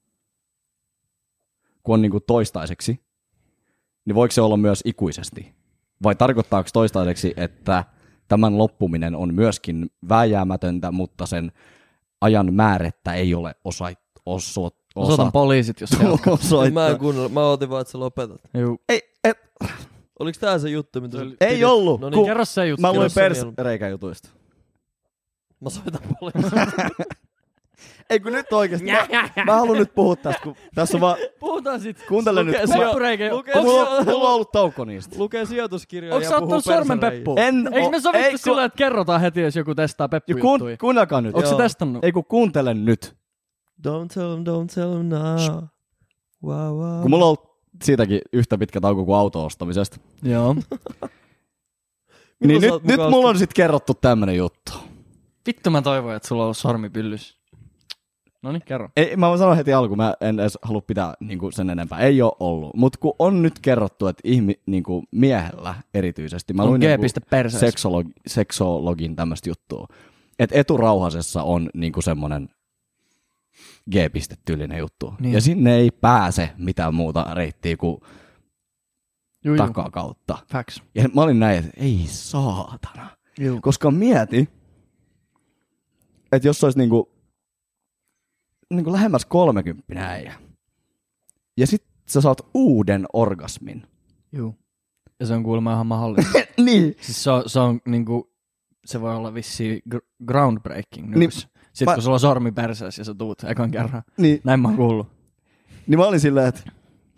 Speaker 3: Kun on niin kuin toistaiseksi, niin voiko se olla myös ikuisesti? Vai tarkoittaako toistaiseksi, että tämän loppuminen on myöskin vääjäämätöntä, mutta sen ajan määrettä ei ole osa, oso,
Speaker 2: Osoitan
Speaker 3: osa,
Speaker 2: poliisit, jos se alkaa.
Speaker 3: osoittaa?
Speaker 1: Mä en kuunnella. Mä ootin vaan, että sä lopetat.
Speaker 2: Juu.
Speaker 3: Ei, et,
Speaker 1: Oliks tää se juttu, mitä sä
Speaker 3: ei
Speaker 1: pidit?
Speaker 3: ollut.
Speaker 1: No
Speaker 3: Ku-
Speaker 1: niin,
Speaker 2: Kerro se juttu.
Speaker 3: Mä luin
Speaker 1: Kerro se
Speaker 3: pers
Speaker 1: mieluummin.
Speaker 3: reikäjutuista.
Speaker 1: mä soitan poliisit.
Speaker 3: Ei kun nyt oikeesti. Mä, mä haluan nyt puhua tästä, kun tässä on vaan...
Speaker 2: Puhutaan sit.
Speaker 3: Kuuntele nyt.
Speaker 1: Lukee
Speaker 3: Mä-
Speaker 1: sijo-
Speaker 2: Peppureikä.
Speaker 1: lukee
Speaker 2: Onks-
Speaker 3: Mulla, on- mulla on ollut tauko niistä.
Speaker 1: Lukee sijoituskirjoja
Speaker 2: Onks
Speaker 1: ja
Speaker 2: sä
Speaker 1: puhuu
Speaker 2: ottanut sormen
Speaker 1: persereihin.
Speaker 2: peppuun?
Speaker 3: En
Speaker 2: Eikö
Speaker 3: oo-
Speaker 2: me sovittu
Speaker 3: ei, kun-
Speaker 2: silleen, että kerrotaan heti, jos joku testaa
Speaker 3: Ja
Speaker 2: peppujuttuja?
Speaker 3: kuun, kuunnelkaa nyt.
Speaker 2: Onko se
Speaker 1: Joo.
Speaker 2: testannut?
Speaker 3: Ei kun kuuntele nyt.
Speaker 1: Don't tell him, don't tell him now. Wow, wow.
Speaker 3: Kun mulla on ollut siitäkin yhtä pitkä tauko kuin auto-ostamisesta.
Speaker 2: Joo.
Speaker 1: Milloin
Speaker 3: Niin
Speaker 1: sä oot
Speaker 3: nyt, nyt
Speaker 1: mukaan
Speaker 3: mulla on sit kerrottu tämmönen juttu.
Speaker 2: Vittu mä toivoin, että sulla on ollut sormi pyllys. Noniin, kerro.
Speaker 3: Ei, mä sanon heti alkuun, mä en edes halua pitää niinku sen enempää. Ei oo ollut. Mut kun on nyt kerrottu, että ihmi, niinku miehellä erityisesti. Mä
Speaker 2: On
Speaker 3: luin niinku
Speaker 2: G-perseessä.
Speaker 3: seksologi, seksologin tämmöstä juttua. Että eturauhasessa on niinku semmonen G-tyylinen juttu.
Speaker 2: Niin.
Speaker 3: Ja sinne ei pääse mitään muuta reittiä kuin
Speaker 2: Juu, juu.
Speaker 3: takakautta.
Speaker 2: Facts.
Speaker 3: Ja mä olin näin, että ei saatana.
Speaker 2: Juu.
Speaker 3: Koska mieti, että jos olisi niinku, niinku lähemmäs kolmekymppinen äijä, ja sit sä saat uuden orgasmin.
Speaker 2: Juu. Ja se on kuulemma ihan mahdollista.
Speaker 3: niin.
Speaker 2: Siis se on, se on niinku, se voi olla vissiin gr- groundbreaking news.
Speaker 3: Niin,
Speaker 2: Sitten
Speaker 3: mä-
Speaker 2: kun sulla on sormi perseessä ja sä tuut ekan kerran.
Speaker 3: Niin,
Speaker 2: Näin mä oon kuullut.
Speaker 3: niin mä olin silleen, että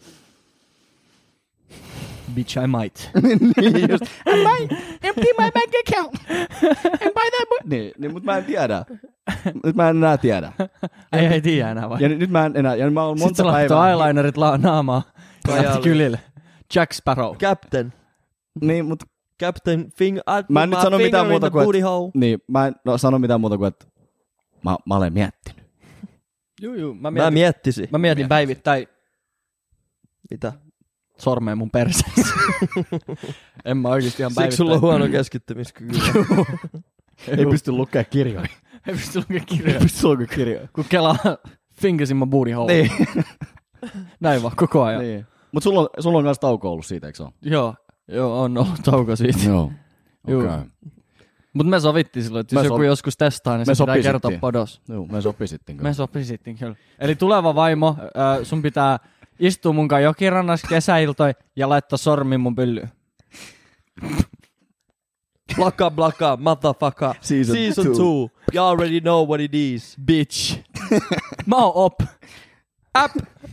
Speaker 2: Bitch I might.
Speaker 3: niin just, I might empty my bank account and buy that book. Niin, niin, mutta mä en tiedä. Nyt mä en enää tiedä.
Speaker 2: Ei, ei tiedä enää vai?
Speaker 3: Ja nyt, nyt mä en enää, ja mä oon
Speaker 2: Sitten
Speaker 3: monta
Speaker 2: se laittoi
Speaker 3: päivää.
Speaker 2: eyelinerit la- naamaa.
Speaker 1: Kajalle.
Speaker 2: Lähti kylille. Jack Sparrow.
Speaker 1: Captain.
Speaker 3: Niin, mut
Speaker 1: Captain Fing... I
Speaker 3: Mä en
Speaker 1: put
Speaker 3: nyt
Speaker 1: my
Speaker 3: sano mitään
Speaker 1: finger in
Speaker 3: muuta
Speaker 1: the
Speaker 3: kuin,
Speaker 1: booty
Speaker 3: että-
Speaker 1: hole.
Speaker 3: niin, mä en no, sano mitään muuta kuin, että mä, mä olen miettinyt.
Speaker 2: Juu, juu. Mä
Speaker 1: Mä
Speaker 2: mietin,
Speaker 1: miettisin.
Speaker 2: mä mietin päivittäin
Speaker 1: Mitä?
Speaker 2: sormeen mun perseessä. En mä oikeesti ihan
Speaker 1: Siksi
Speaker 2: päivittäin.
Speaker 1: sulla on huono keskittymiskyky.
Speaker 3: Ei pysty lukea kirjoja.
Speaker 2: Ei pysty lukemaan
Speaker 3: Ei
Speaker 2: kirjoja.
Speaker 3: pysty lukea kirjoja.
Speaker 2: Kun kelaa fingers in my booty hole.
Speaker 3: Niin.
Speaker 2: Näin vaan koko ajan.
Speaker 3: niin. Mut sulla on, sulla on kans tauko ollut siitä, eikö se ole?
Speaker 2: Joo, joo, on ollut tauko siitä.
Speaker 3: Joo.
Speaker 2: Juu.
Speaker 3: Okei.
Speaker 2: Mut me sovittiin silloin, että
Speaker 3: Me
Speaker 2: jos joku
Speaker 3: sovi-
Speaker 2: joskus testaa, niin
Speaker 3: me
Speaker 2: se pitää
Speaker 3: sopisittiin.
Speaker 2: kertoa podos.
Speaker 3: Joo, me sopisittiin
Speaker 2: Me
Speaker 3: kyllä.
Speaker 2: sopisittiin kyllä. Eli tuleva vaimo, äh, sun pitää istua mun kanssa jokirannassa kesäiltoi ja laittaa sormi mun pyllyyn.
Speaker 1: Blaka blaka, motherfucker.
Speaker 3: Season
Speaker 1: Season
Speaker 3: two.
Speaker 1: two. You already know what it is.
Speaker 2: Bitch. Mä oon op. App.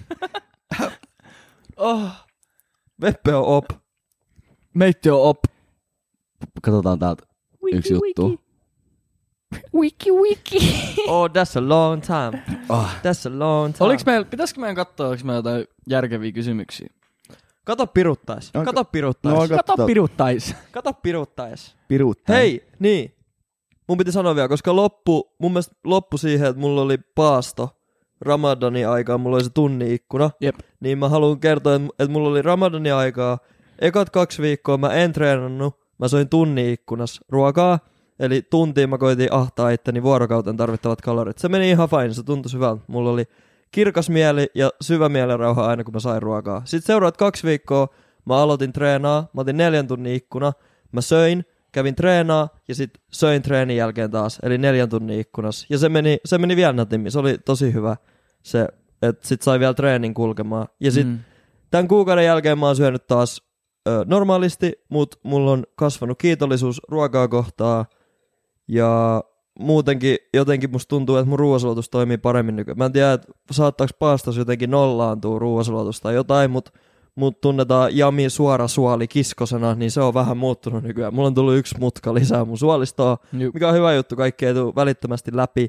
Speaker 2: Oh.
Speaker 1: Veppe on op.
Speaker 2: Meitti on op.
Speaker 3: Katsotaan täältä yksi juttu.
Speaker 2: Wiki wiki.
Speaker 1: Oh, that's a long time.
Speaker 3: Oh.
Speaker 1: That's a long time.
Speaker 2: Oliks meillä, pitäisikö meidän katsoa, oliks meillä jotain järkeviä kysymyksiä?
Speaker 1: Kato piruttais.
Speaker 2: No,
Speaker 1: Kato piruttais.
Speaker 2: no,
Speaker 1: No,
Speaker 2: Kato. Kato piruttais.
Speaker 1: Kato piruttais.
Speaker 2: Piruttais.
Speaker 1: Hei, niin. Mun piti sanoa vielä, koska loppu, mun mielestä loppu siihen, että mulla oli paasto Ramadanin aikaa, mulla oli se tunni-ikkuna.
Speaker 2: Jep.
Speaker 1: Niin mä haluan kertoa, että että mulla oli Ramadanin aikaa. Ekat kaksi viikkoa mä en treenannut, mä söin tunni-ikkunas ruokaa. Eli tuntiin mä koitin ahtaa itteni vuorokauten tarvittavat kalorit. Se meni ihan fine, se tuntui hyvältä. Mulla oli kirkas mieli ja syvä mielenrauha aina, kun mä sain ruokaa. Sitten seuraavat kaksi viikkoa mä aloitin treenaa, mä otin neljän tunnin ikkuna, mä söin, kävin treenaa ja sitten söin treenin jälkeen taas, eli neljän tunnin ikkunas. Ja se meni, se meni vielä nätimmin, se oli tosi hyvä se, että sit sai vielä treenin kulkemaan. Ja sitten mm. tämän kuukauden jälkeen mä oon syönyt taas ö, normaalisti, mutta mulla on kasvanut kiitollisuus ruokaa kohtaa ja muutenkin jotenkin musta tuntuu, että mun ruoansulatus toimii paremmin nykyään. Mä en tiedä, että saattaako paastos jotenkin nollaantua ruoansulatus tai jotain, mutta mut tunnetaan Jami suora suoli kiskosena, niin se on vähän muuttunut nykyään. Mulla on tullut yksi mutka lisää mun suolistoa, Juh. mikä on hyvä juttu, kaikki ei tule välittömästi läpi.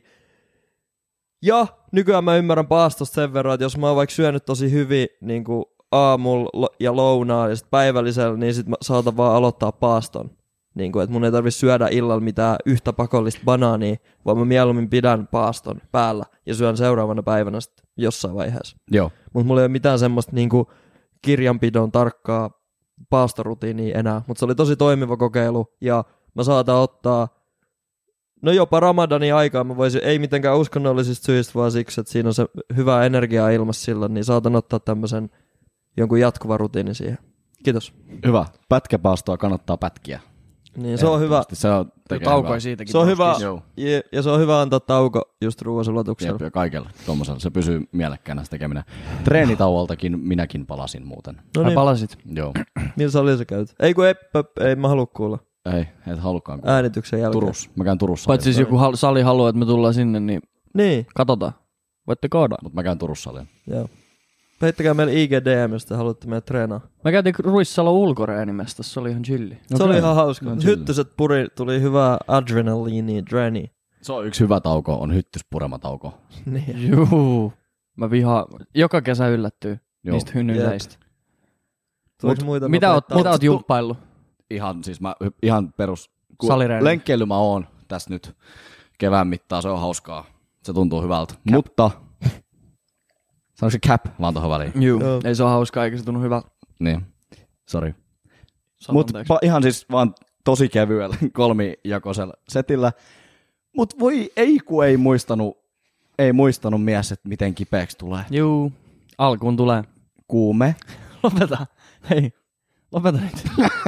Speaker 1: Ja nykyään mä ymmärrän paastosta sen verran, että jos mä oon vaikka syönyt tosi hyvin niin kuin aamulla ja lounaa ja sitten päivällisellä, niin sit mä saatan vaan aloittaa paaston. Niin kuin, että mun ei tarvitse syödä illalla mitään yhtä pakollista banaania, vaan mä mieluummin pidän paaston päällä ja syön seuraavana päivänä sitten jossain vaiheessa.
Speaker 3: Joo.
Speaker 1: Mutta mulla ei ole mitään semmoista niin kuin kirjanpidon tarkkaa paastorutiinia enää, mutta se oli tosi toimiva kokeilu ja mä saatan ottaa, no jopa Ramadanin aikaa mä voisin, ei mitenkään uskonnollisista syistä, vaan siksi, että siinä on se hyvää energiaa ilmassa silloin, niin saatan ottaa tämmöisen jonkun jatkuvan rutiinin siihen. Kiitos.
Speaker 3: Hyvä. Pätkäpaastoa kannattaa pätkiä.
Speaker 1: Niin se on hyvä.
Speaker 3: Se on
Speaker 2: Taukoi siitäkin.
Speaker 1: Se on hyvä,
Speaker 3: ja,
Speaker 1: ja se on hyvä antaa tauko just ruoansulatuksella.
Speaker 3: ja kaikella tuommoisella. Se pysyy mielekkäänä se tekeminen. Treenitauoltakin minäkin palasin muuten.
Speaker 1: No niin.
Speaker 2: Palasit.
Speaker 3: Joo.
Speaker 1: Millä salilla sä käyt? Ei kun ei, ei mä halua kuulla.
Speaker 3: Ei, et halukkaan kuulla.
Speaker 1: Äänityksen jälkeen.
Speaker 3: Turussa. Mä käyn Turussa.
Speaker 2: Paitsi siis joku sali haluaa, että me tullaan sinne, niin
Speaker 1: niin.
Speaker 2: Katsotaan. Voitte koodaa.
Speaker 3: Mutta mä käyn Turussa salilla.
Speaker 1: Joo. Heittäkää meille I G D M, jos te haluatte meidät treenaa.
Speaker 2: Mä käytiin Ruissalo ulkoreenimessä, se oli ihan chilli.
Speaker 1: Se okay. oli ihan hauska.
Speaker 3: No,
Speaker 1: Hyttyset puri, tuli hyvää adrenaliini, dreni.
Speaker 3: Se on yksi hyvä tauko, on hyttyspurema-tauko.
Speaker 1: Niin.
Speaker 2: Juu. Mä vihaan, joka kesä yllättyy Joo. niistä hynnyläistä.
Speaker 1: Mut, muita
Speaker 2: mitä oot, mitä oot jumppaillut?
Speaker 3: Ihan siis mä, ihan perus.
Speaker 2: Salireeni.
Speaker 3: Lenkkeily mä oon tässä nyt kevään mittaan, se on hauskaa. Se tuntuu hyvältä. Cap. Mutta sanoiko se cap vaan tohon väliin?
Speaker 2: Juu, Joo. Ei se ole hauskaa, eikä se tunnu hyvältä.
Speaker 3: Niin, sori. Mutta ihan siis vaan tosi kevyellä kolmijakoisella setillä. Mut voi ei kun ei muistanut, ei muistanut mies, että miten kipeäksi tulee.
Speaker 2: Juu, alkuun tulee.
Speaker 3: Kuume.
Speaker 2: Lopeta, hei, lopeta nyt.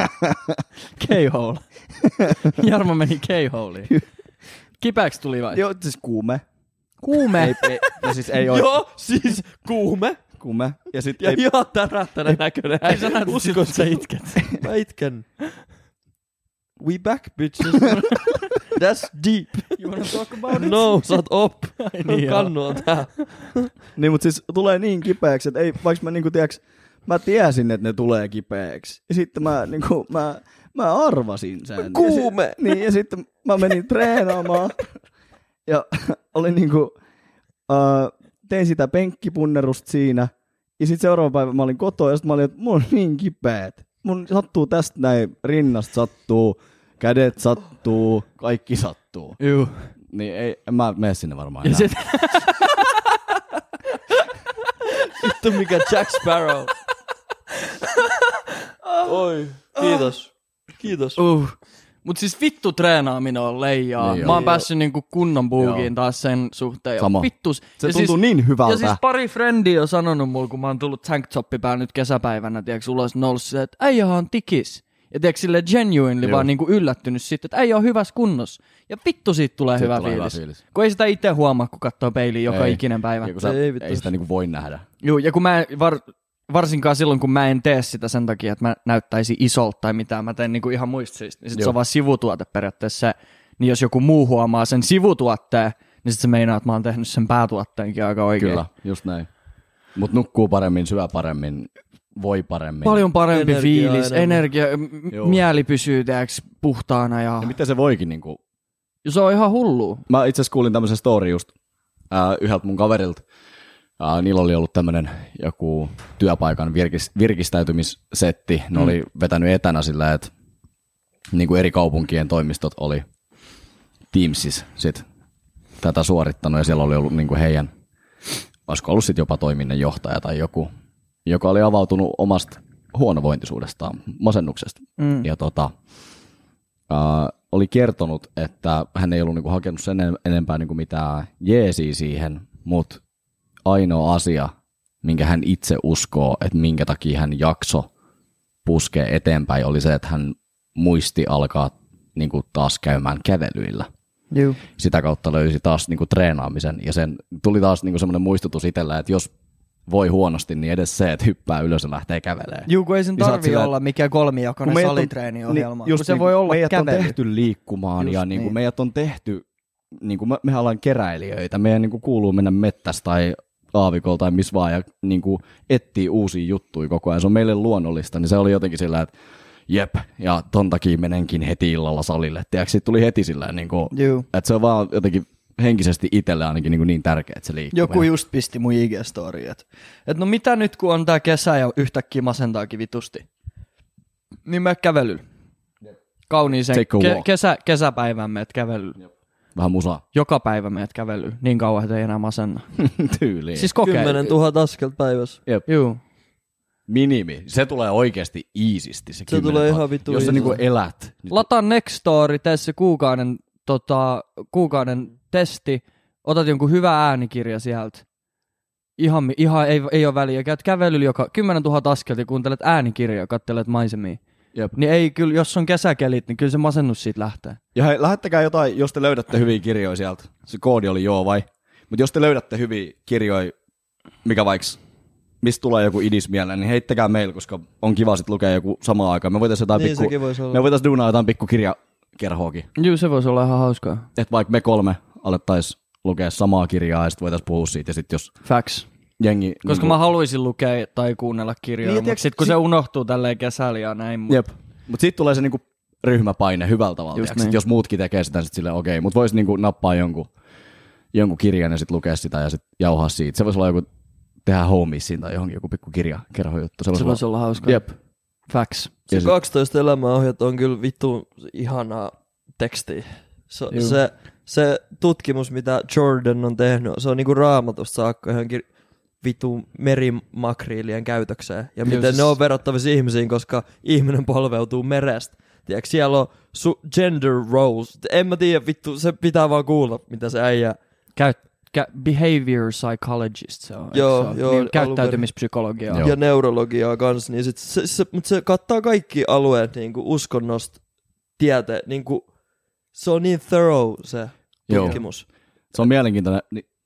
Speaker 2: K-hole. Jarmo meni K-holeen. Kipeäksi tuli vai?
Speaker 3: Joo, siis kuume.
Speaker 2: Kuume?
Speaker 3: Ei, ei, ja siis ei ole.
Speaker 1: Joo, siis kuume.
Speaker 3: Kuume. Ja sit
Speaker 1: ja
Speaker 3: ei...
Speaker 1: ihan tärähtäneen näköinen.
Speaker 2: Ei sä näytä siltä, että sä itket.
Speaker 1: Mä itken. We back, bitches. That's deep.
Speaker 2: You wanna talk about it?
Speaker 1: No, sä oot op.
Speaker 2: Niin
Speaker 1: Kannu on tää.
Speaker 3: Niin, mut siis tulee niin kipeäksi, että ei, vaikka mä niinku tiiäks, mä tiesin, että ne tulee kipeäksi. Ja sitten mä niinku, mä, mä arvasin sen.
Speaker 1: Kuume!
Speaker 3: Ja sit, niin, ja sitten mä menin treenaamaan. Ja olin niinku, uh, tein sitä penkkipunnerusta siinä. Ja sitten seuraava päivä mä olin kotoa ja sit mä olin, että mulla on niin kipeät. Mun sattuu tästä näin, rinnasta sattuu, kädet sattuu, kaikki sattuu.
Speaker 2: Juu.
Speaker 3: Niin ei, en mä mene sinne varmaan
Speaker 2: ja
Speaker 3: enää.
Speaker 2: Sit...
Speaker 1: Vittu mikä Jack Sparrow. Oi, kiitos. Kiitos.
Speaker 2: Uh. Mut siis vittu treenaaminen on leijaa.
Speaker 3: Niin
Speaker 2: mä oon
Speaker 1: joo.
Speaker 2: päässyt niinku kunnon buukiin taas sen suhteen.
Speaker 3: Sama.
Speaker 2: Vittus.
Speaker 3: Se
Speaker 2: ja
Speaker 3: tuntuu
Speaker 2: siis,
Speaker 3: niin hyvältä.
Speaker 2: Ja siis pari frendiä on sanonut mulle, kun mä oon tullut tanktoppi päällä nyt kesäpäivänä, tiiäks, ulos noussut, että äijähän on tikis. Ja tiiäks silleen genuinely
Speaker 3: Joo.
Speaker 2: vaan niinku yllättynyt sitten, että äijä on hyvässä kunnossa. Ja vittu siitä tulee,
Speaker 3: Siitä
Speaker 2: hyvä,
Speaker 3: tulee
Speaker 2: fiilis.
Speaker 3: hyvä fiilis.
Speaker 2: Kun ei sitä itse huomaa, kun katsoo peiliin joka
Speaker 3: Ei.
Speaker 2: ikinen päivä.
Speaker 3: Ja kun sä,
Speaker 1: Ei
Speaker 3: ei,
Speaker 1: vittu.
Speaker 3: ei sitä niinku voi nähdä.
Speaker 2: Joo, ja kun mä en, var, varsinkaan silloin, kun mä en tee sitä sen takia, että mä näyttäisin isolta tai mitään, mä teen niinku ihan muista syistä, niin sit se on vaan sivutuote periaatteessa se, niin jos joku muu huomaa sen sivutuotteen, niin sit se meinaa, että mä oon tehnyt sen päätuotteenkin aika oikein.
Speaker 3: Kyllä, just näin. Mut nukkuu paremmin, syö paremmin, voi paremmin.
Speaker 2: Paljon parempi
Speaker 1: Energiaa
Speaker 2: fiilis,
Speaker 1: enemmän.
Speaker 2: energia, m-
Speaker 3: Joo.
Speaker 2: mieli pysyy teäks puhtaana ja...
Speaker 3: Ja miten se voikin niinku...
Speaker 2: Se on ihan hullua.
Speaker 3: Mä itse asiassa kuulin tämmöisen story just ää, yhdeltä mun kaverilta. Uh, niillä oli ollut tämmöinen joku työpaikan virkis, virkistäytymissetti. Ne mm. oli vetänyt etänä sillä, että niin kuin eri kaupunkien toimistot oli Teamsissa sit tätä suorittanut, ja siellä oli ollut niin kuin heidän, olisiko ollut sit jopa toiminnanjohtaja tai joku, joka oli avautunut omasta huonovointisuudestaan, masennuksesta. Mm. Ja tota, uh, oli kertonut, että hän ei ollut niin kuin hakenut sen enempää niin kuin mitään jeesiä siihen, mutta ainoa asia, minkä hän itse uskoo, että minkä takia hän jakso puskee eteenpäin, oli se, että hän muisti alkaa niin kuin taas käymään kävelyillä.
Speaker 2: Juu.
Speaker 3: Sitä kautta löysi taas niin kuin treenaamisen, ja sen tuli taas niin kuin semmoinen muistutus itsellä, että jos voi huonosti, niin edes se, että hyppää ylös ja lähtee kävelemään.
Speaker 2: Juu, kun ei sen
Speaker 3: niin
Speaker 2: tarvii olla sillä, mikään kolmijakoinen salitreeniohjelma, niin, kun se niin, voi olla
Speaker 3: meidät
Speaker 2: kävely.
Speaker 3: On tehty liikkumaan, just ja niin kuin niin. meidät on tehty, niin kuin me, mehän ollaan keräilijöitä, meidän niin kuin kuuluu mennä mettästä tai aavikolla tai missä vaan, ja niin kuin etsii uusia juttuja koko ajan. Se on meille luonnollista, niin se oli jotenkin sillä, että jep, ja ton takia menenkin heti illalla salille. Tiedätkö, siitä tuli heti sillä, niin kuin, että se on vaan jotenkin henkisesti itselle ainakin niin, niin tärkeä, että se liikkuu.
Speaker 2: Joku just pisti mun I G-storiin, että et no mitä nyt, kun on tää kesä ja yhtäkkiä masentaakin vitusti, niin me kävelyllä. Kauniiseen ke- kesä, kesäpäivän meet kävelyllä.
Speaker 3: Vähän musaa.
Speaker 2: Joka päivä meet kävelyllä, niin kauan, että ei enää masenna.
Speaker 3: Tyyliin.
Speaker 2: Siis kokee.
Speaker 1: Kymmenen tuhatta askelta päivässä.
Speaker 3: Jep.
Speaker 2: Juu.
Speaker 3: Minimi. Se tulee oikeasti easisti. Se,
Speaker 1: se tulee ihan vitu.
Speaker 3: Jos sä niinku elät.
Speaker 2: Lataa Nextory, tee se kuukauden, tota, kuukauden testi, otat jonkun hyvä äänikirja sieltä. Ihan, ihan ei, ei ole väliä. Käyt kävelyllä joka kymmenen tuhatta askelta ja kuuntelet äänikirjaa, katselet maisemia.
Speaker 3: Jep.
Speaker 2: Niin ei kyllä, jos on kesäkelit, niin kyllä se masennus siitä lähtee.
Speaker 3: Ja hei, lähettäkää jotain, jos te löydätte hyviä kirjoja sieltä. Se koodi oli joo vai? Mutta jos te löydätte hyviä kirjoja, mikä vaikka, mistä tulee joku idis mieleen, niin heittäkää meille, koska on kiva sit lukea joku samaan aikaan. Me voitaisiin jotain
Speaker 1: niin,
Speaker 3: pikku,
Speaker 1: vois
Speaker 3: me voitaisiin duunaa jotain pikku kirjakerhoakin.
Speaker 2: Joo, se voisi olla ihan hauskaa.
Speaker 3: Että vaikka me kolme alettaisiin lukea samaa kirjaa ja sitten voitaisiin puhua siitä. Ja sit jos
Speaker 2: Facts.
Speaker 3: jengi...
Speaker 2: Koska niin, mä haluaisin lukea tai kuunnella kirjoja, niin, mutta sitten kun sit... se unohtuu tälleen kesällä ja näin. Mut...
Speaker 3: Jep. Mutta sitten tulee se niinku ryhmäpaine hyvällä tavalla.
Speaker 2: Niin.
Speaker 3: Jos muutkin tekee sitä, sitten silleen okei. Okay. Mutta voisi niinku nappaa jonkun, jonkun kirjan ja sitten lukea sitä ja sitten jauhaa siitä. Se voisi olla joku, tehdä homiesiin tai johonkin joku pikku kirja, kerhojuttu. Se voisi
Speaker 2: olla, olla hauskaa.
Speaker 3: Jep.
Speaker 2: Facts.
Speaker 1: Se kaksitoista elämäohjat on kyllä vittu ihanaa tekstiä. Se, se, se tutkimus, mitä Jordan on tehnyt, se on niinku Raamatusta saakka johonkin vittu merimakriilien käytökseen. Ja miten
Speaker 2: Just.
Speaker 1: ne on verrattavissa ihmisiin, koska ihminen polveutuu merestä. Tiedätkö, siellä on su- gender roles. En mä tiedä, vittu, se pitää vaan kuulla, mitä se äijä.
Speaker 2: Käyt, kä- behavior psychologist se on.
Speaker 1: Joo,
Speaker 2: se on?
Speaker 1: joo.
Speaker 2: Niin, käyttäytymispsykologiaa.
Speaker 1: Ja neurologiaa kans. Niin sit se, se, mutta se kattaa kaikki alueet niin kuin uskonnosta, tiete. Niin kuin, se on niin thorough se tutkimus.
Speaker 3: Joo. Se on mielenkiintoinen.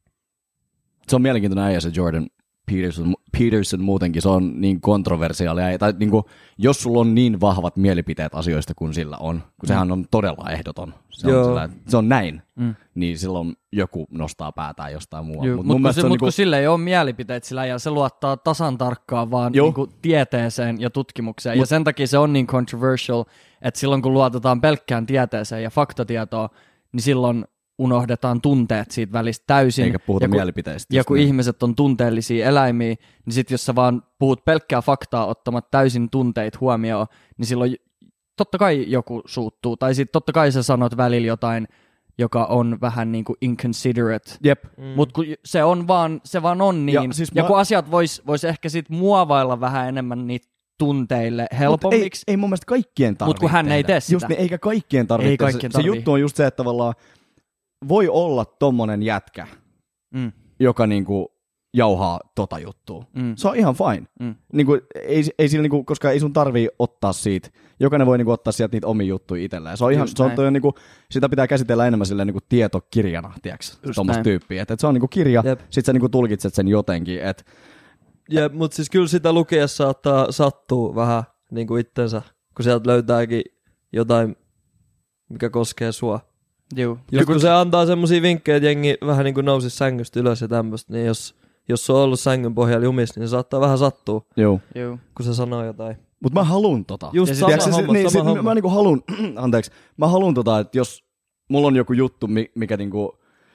Speaker 3: Se on mielenkiintoinen äijä se Jordan Peterson, Peterson muutenkin. Se on niin kontroversiaali äijä. Tai niin kuin, jos sulla on niin vahvat mielipiteet asioista kuin sillä on, kun mm. sehän on todella ehdoton. Se on, sillä, se on näin. Mm. Niin silloin joku nostaa päätään jostain muualta.
Speaker 2: Mutta mut, mut, mut niinku... kun sillä ei ole mielipiteet sillä äijällä, se luottaa tasan tarkkaan vaan niinku tieteeseen ja tutkimukseen. Mut... Ja sen takia se on niin controversial, että silloin kun luotetaan pelkkään tieteeseen ja faktatietoon, niin silloin unohdetaan tunteet siitä välistä täysin.
Speaker 3: Eikä puhuta
Speaker 2: ja kun,
Speaker 3: mielipiteistä.
Speaker 2: Ja kun niin. ihmiset on tunteellisia eläimiä, niin sit jos sä vaan puhut pelkkää faktaa ottamat täysin tunteet huomioon, niin silloin totta kai joku suuttuu. Tai sit totta kai sä sanot välillä jotain, joka on vähän niin kuin inconsiderate.
Speaker 3: Jep.
Speaker 2: Mm. Mutta se on vaan, se vaan on niin. Ja, siis ja mä... kun asiat vois, vois ehkä sit muovailla vähän enemmän niitä tunteille helpommiksi.
Speaker 3: Ei, ei mun mielestä kaikkien tarvitse.
Speaker 2: Mutta kun hän
Speaker 3: tehdä.
Speaker 2: ei tee sitä.
Speaker 3: Just ne, eikä kaikkien tarvitse.
Speaker 2: Ei kaikkien
Speaker 3: se, se juttu on just se, että tavallaan voi olla tommonen jätkä, mm. joka niinku jauhaa tota juttua. Mm. Se on ihan fine. Mm. Niinku, ei, ei sillä niinku, koska ei sun tarvii ottaa siitä. Jokainen voi niinku ottaa sieltä niitä omia juttuja itselleen. Se on ihan, se on toi, niinku, sitä pitää käsitellä enemmän silleen niinku tietokirjana, tiiäks, tommoista tyyppiä. Et, et se on niinku kirja, Jep. sit sä niinku tulkitset sen jotenkin. Et,
Speaker 1: Jep, mut siis kyllä sitä lukiessa saattaa sattua vähän niinku itsensä, kun sieltä löytääkin jotain, mikä koskee sua.
Speaker 2: Joo.
Speaker 1: Just kun se antaa semmosia vinkkejä, että jengi vähän niin kuin nousisi sängystä ylös ja tämmöstä, niin jos, jos se on ollut sängyn pohjalla jumis, niin se saattaa vähän sattua,
Speaker 3: Joo.
Speaker 1: kun se sanoo jotain.
Speaker 3: Mut mä haluun tota.
Speaker 1: Just sama
Speaker 3: Tiedätkö,
Speaker 1: homma,
Speaker 3: niin,
Speaker 1: sama
Speaker 3: sit,
Speaker 1: homma.
Speaker 3: Mä niinku haluun, anteeksi, mä haluun tota, että jos mulla on joku juttu, mikä niinku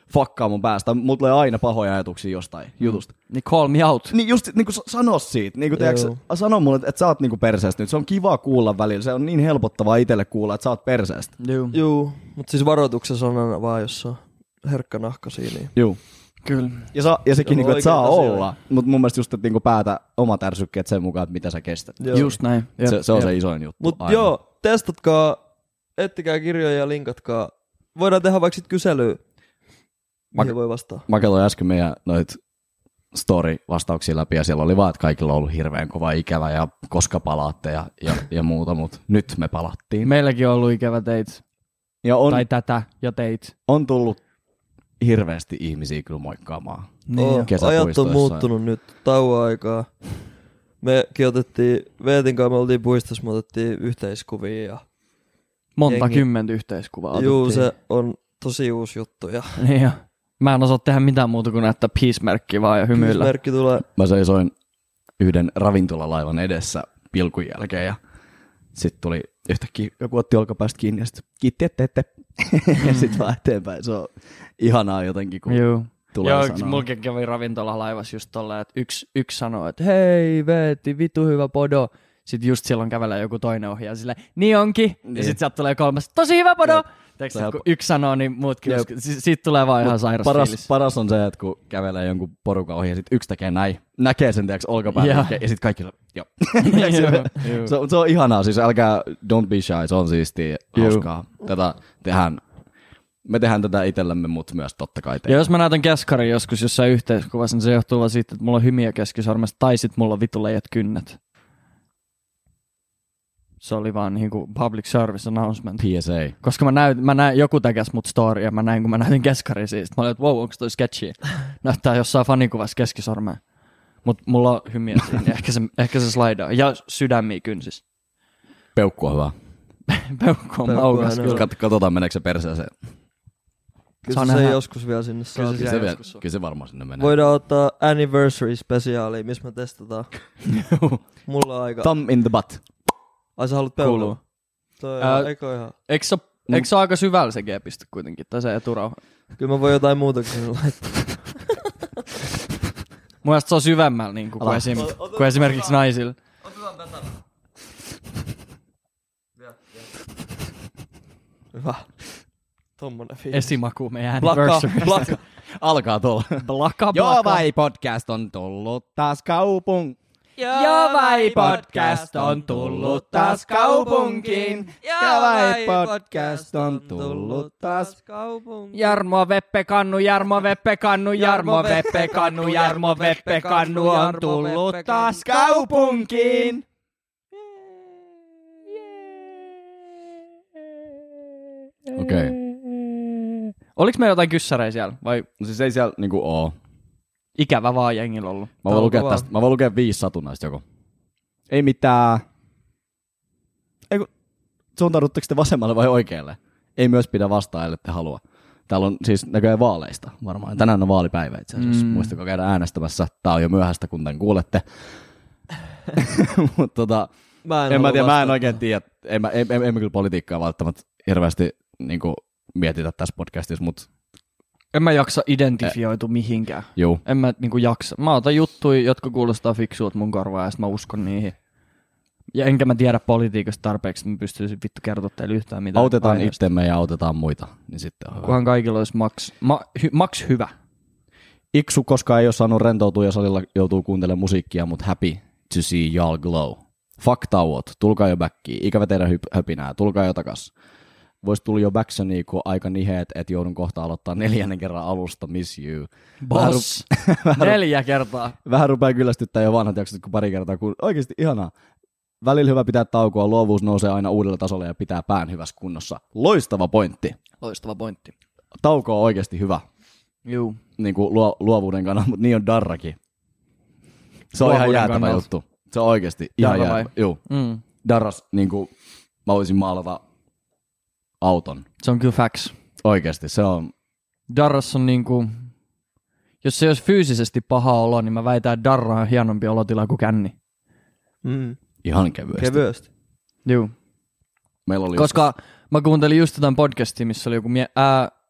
Speaker 3: fakkaa mun päästä. Mulla tulee aina pahoja ajatuksia jostain mm. jutusta.
Speaker 2: Niin call me out.
Speaker 3: Niin just niinku sano siitä. Niinku tiiäks, sano mulle, että et sä oot niinku perseestä nyt. Se on kiva kuulla välillä. Se on niin helpottavaa itselle kuulla, että sä oot perseestä.
Speaker 2: Juu.
Speaker 1: Juu, mutta siis varoituksessa on aina vaan, jos on herkkä nahkasi. Niin.
Speaker 3: Juu.
Speaker 2: Kyllä.
Speaker 3: Ja, sa, ja sekin, niinku, että saa
Speaker 1: asioita.
Speaker 3: olla. Mutta mun mielestä just, että niinku päätä omat ärsykkeet sen mukaan, että mitä sä kestät.
Speaker 1: Joo.
Speaker 2: Just näin. Jep.
Speaker 3: Se, se on
Speaker 2: Jep.
Speaker 3: se isoin juttu.
Speaker 1: Mutta
Speaker 3: aina.
Speaker 1: joo, testatkaa, ettikää kirjoja ja linkatkaa. Voidaan tehdä vaikka sit kyselyä, mihin
Speaker 3: Mä-
Speaker 1: voi vastaa.
Speaker 3: Mä katsoin äsken meidän noit story-vastauksia läpi ja siellä oli vaan, että kaikilla on ollut hirveän kova ikävä ja koska palaatte ja, ja, ja muuta, mutta nyt me palattiin.
Speaker 2: Meilläkin on ollut ikävä teit.
Speaker 3: Ja on,
Speaker 2: Tai tätä ja teit.
Speaker 3: on tullut hirveästi ihmisiä kyllä moikkaamaan.
Speaker 2: Niin
Speaker 1: Oo,
Speaker 2: jo.
Speaker 3: kesäpuistoissa.
Speaker 1: ajat on muuttunut nyt tauon aikaa. Mekin otettiin, Veetin kanssa me oltiin puistossa, me otettiin yhteiskuvia. Ja
Speaker 2: Monta
Speaker 1: jengi-
Speaker 2: kymmentä yhteiskuvaa otettiin.
Speaker 1: juu, se on tosi uusi juttu. Ja
Speaker 2: Niin jo. Mä en osaa tehdä mitään muuta kuin näyttää peace-merkkiä vaan ja hymyillä.
Speaker 1: kysymysmerkki tulee.
Speaker 3: Mä seisoin yhden ravintolalaivan edessä pilkun jälkeen ja sitten tuli yhtäkkiä joku otti olkapäästä kiinni ja sitten kiitti, että ette. Ja sitten vaan eteenpäin. Se on ihanaa jotenkin, kun
Speaker 2: Juu.
Speaker 3: tulee
Speaker 2: Joo,
Speaker 3: sanoa.
Speaker 2: mulkin kävi ravintolalaivassa just tolleen, että yksi, yksi sanoo, että hei Veetti, vitu hyvä podo. Sitten just silloin kävelee joku toinen ohjaaja silleen, niin onkin.
Speaker 3: Niin.
Speaker 2: Ja sitten sieltä tulee kolmas, tosi hyvä podo.
Speaker 3: Jep.
Speaker 2: Teekö,
Speaker 3: Se on
Speaker 2: kun
Speaker 3: helppo.
Speaker 2: yksi sanoo, niin muutkin
Speaker 3: Jep.
Speaker 2: usko. Si- siitä tulee vaan ihan
Speaker 3: Mut
Speaker 2: sairas
Speaker 3: paras,
Speaker 2: fiilis.
Speaker 3: paras on se, että kun kävelee jonkun porukan ohi ja sit yksi tekee näin, näkee sen tiiäks olkapäällä
Speaker 2: Joo.
Speaker 3: ja sitten kaikki joo.
Speaker 2: Joo, joo.
Speaker 3: se, on, se on ihanaa, siis älkää, don't be shy, se on siistiä, hauskaa. Tätä tehdään, me tehdään tätä itsellämme, mutta myös totta kai
Speaker 2: Ja
Speaker 3: tehdään.
Speaker 2: jos mä näytän keskarin joskus jossain yhteiskuvassa, niin se johtuu vaan siitä, että mulla on hymiä keskisormesta tai sit mulla on vitu leijät kynnet. Se oli vaan niinku public service announcement.
Speaker 3: P S A.
Speaker 2: Koska mä näytin, mä näin, joku tekäs mut story ja mä näin, kun mä näytin keskarin siitä. Mä olin, että wow, onks toi sketchy? Näyttää jossain fanikuvassa keskisormea. Mut mulla on hymiä siinä, niin ehkä se, ehkä se slaidaa. Ja sydämiä kynsis.
Speaker 3: Peukku on hyvä.
Speaker 2: Peukku on
Speaker 1: Peukku
Speaker 2: maukas
Speaker 1: on
Speaker 2: kyllä.
Speaker 3: Kat, katsotaan meneekö se perseeseen.
Speaker 1: Kyllä
Speaker 2: on
Speaker 1: se, se
Speaker 2: nähdä.
Speaker 1: joskus vielä sinne saa.
Speaker 2: Kyllä
Speaker 3: Kyllä
Speaker 2: se
Speaker 3: se, vielä,
Speaker 2: joskus on.
Speaker 3: kyllä se varmaan sinne menee.
Speaker 1: Voidaan ottaa anniversary spesiaali, missä me testataan. Mulla on aika.
Speaker 3: Thumb in the butt.
Speaker 1: Ai sä haluat
Speaker 2: Kuuluu.
Speaker 1: peulua? Toi
Speaker 2: Ää,
Speaker 1: on, eikö ihan?
Speaker 2: Eikö se, eikö se ole aika syvällä se G-piste kuitenkin? Tai se eturauha?
Speaker 1: Kyllä mä voin jotain muutakin sinne laittaa.
Speaker 2: Mun mielestä se on syvemmällä niin kuin, kuin,
Speaker 3: Ala.
Speaker 2: esim, kuin esimerkiksi naisilla.
Speaker 1: Otetaan tätä. Hyvä. Tommonen fiilis.
Speaker 2: Esimaku meidän
Speaker 1: Plakka,
Speaker 2: anniversary.
Speaker 1: plakka.
Speaker 3: Alkaa tuolla.
Speaker 2: Plaka,
Speaker 3: Joo
Speaker 2: plaka.
Speaker 3: vai podcast on tullut taas kaupung.
Speaker 2: Joo vai podcast on tullut taas kaupunkiin.
Speaker 3: Joo vai podcast on tullut taas
Speaker 1: kaupunkiin.
Speaker 2: Jarmo Veppe Kannu, Jarmo Veppe Kannu, Jarmo Veppe Kannu, Jarmo Veppe Kannu on tullut taas kaupunkiin.
Speaker 3: Okei.
Speaker 2: Oliko me jotain kyssäreitä siellä vai
Speaker 3: No siis ei siellä niinku oo.
Speaker 2: ikävä vaan jengillä ollut?
Speaker 3: Mä voin lukea
Speaker 1: Tauko
Speaker 3: tästä. Mä voin lukea viisi satunnaista joko. Ei mitään. Ei kun, suuntaudutteko te vasemmalle vai oikealle? Ei myös pidä vastaan, ellei te halua. Täällä on siis näköjään vaaleista varmaan. Tänään on vaalipäivä itse asiassa.
Speaker 2: Mm.
Speaker 3: Muistakaa käydä äänestämässä. Tää on jo myöhäistä, kun tämän kuulette. Mutta tota,
Speaker 1: Mä en,
Speaker 3: en mä
Speaker 1: halua
Speaker 3: tiedä, mä en
Speaker 1: vastata.
Speaker 3: oikein tiedä. En mä, en, en, en mä kyllä politiikkaa välttämättä hirveästi niin kuin, mietitä tässä podcastissa, mutta
Speaker 2: En mä jaksa identifioitu mihinkään.
Speaker 3: juu.
Speaker 2: En mä niinku jaksa. Mä otan juttuja, jotka kuulostaa fiksuut mun korvaan ja sit mä uskon niihin. Ja enkä mä tiedä politiikasta tarpeeksi, että mä pystyisin vittu kertoa teille yhtään mitään.
Speaker 3: Autetaan
Speaker 2: aiheesta.
Speaker 3: itsemme ja autetaan muita, niin sitten on hyvä.
Speaker 2: Kunhan kaikilla olisi maks, ma, hy, maks hyvä.
Speaker 3: Iksu koskaan ei ole saanut rentoutua ja salilla joutuu kuuntelemaan musiikkia, mutta happy to see y'all glow. Fuck tauot, tulkaa jo backiin. Ikävä teidän hyp- höpinää, tulkaa jo takas. Vois tulla jo backsoni, kun aika niheet, että joudun kohta aloittaa neljännen kerran alusta, miss you.
Speaker 2: Boss. Neljä kertaa.
Speaker 3: Vähän rupeaa kyllästyttää jo vanhat jaksot, kun pari kertaa, kun oikeasti ihanaa. Välillä hyvä pitää taukoa, luovuus nousee aina uudelle tasolle ja pitää pään hyvässä kunnossa. Loistava pointti.
Speaker 2: Loistava pointti.
Speaker 3: Tauko on oikeasti hyvä,
Speaker 2: Juu.
Speaker 3: niin kuin luo, luovuuden kannalta, mutta niin on Darrakin. Se on ihan
Speaker 2: Luovuuden
Speaker 3: jäätävä
Speaker 2: kannalta.
Speaker 3: juttu. Se on oikeasti ihan
Speaker 2: Darra vai?
Speaker 3: jäätävä. Juu.
Speaker 2: Mm.
Speaker 3: Darras, niin kuin mä voisin maalata auton.
Speaker 2: Se on kyllä facts.
Speaker 3: Oikeasti, se on...
Speaker 2: Darras on niinku, jos se ei olisi fyysisesti paha olo, niin mä väitän, että Darra on hienompi olotila kuin känni.
Speaker 1: Mm.
Speaker 3: Ihan kevyesti.
Speaker 1: Kevyesti.
Speaker 2: Juu.
Speaker 3: Meillä oli
Speaker 2: Koska mä kuuntelin just jotain podcastia, missä oli joku mie- ää,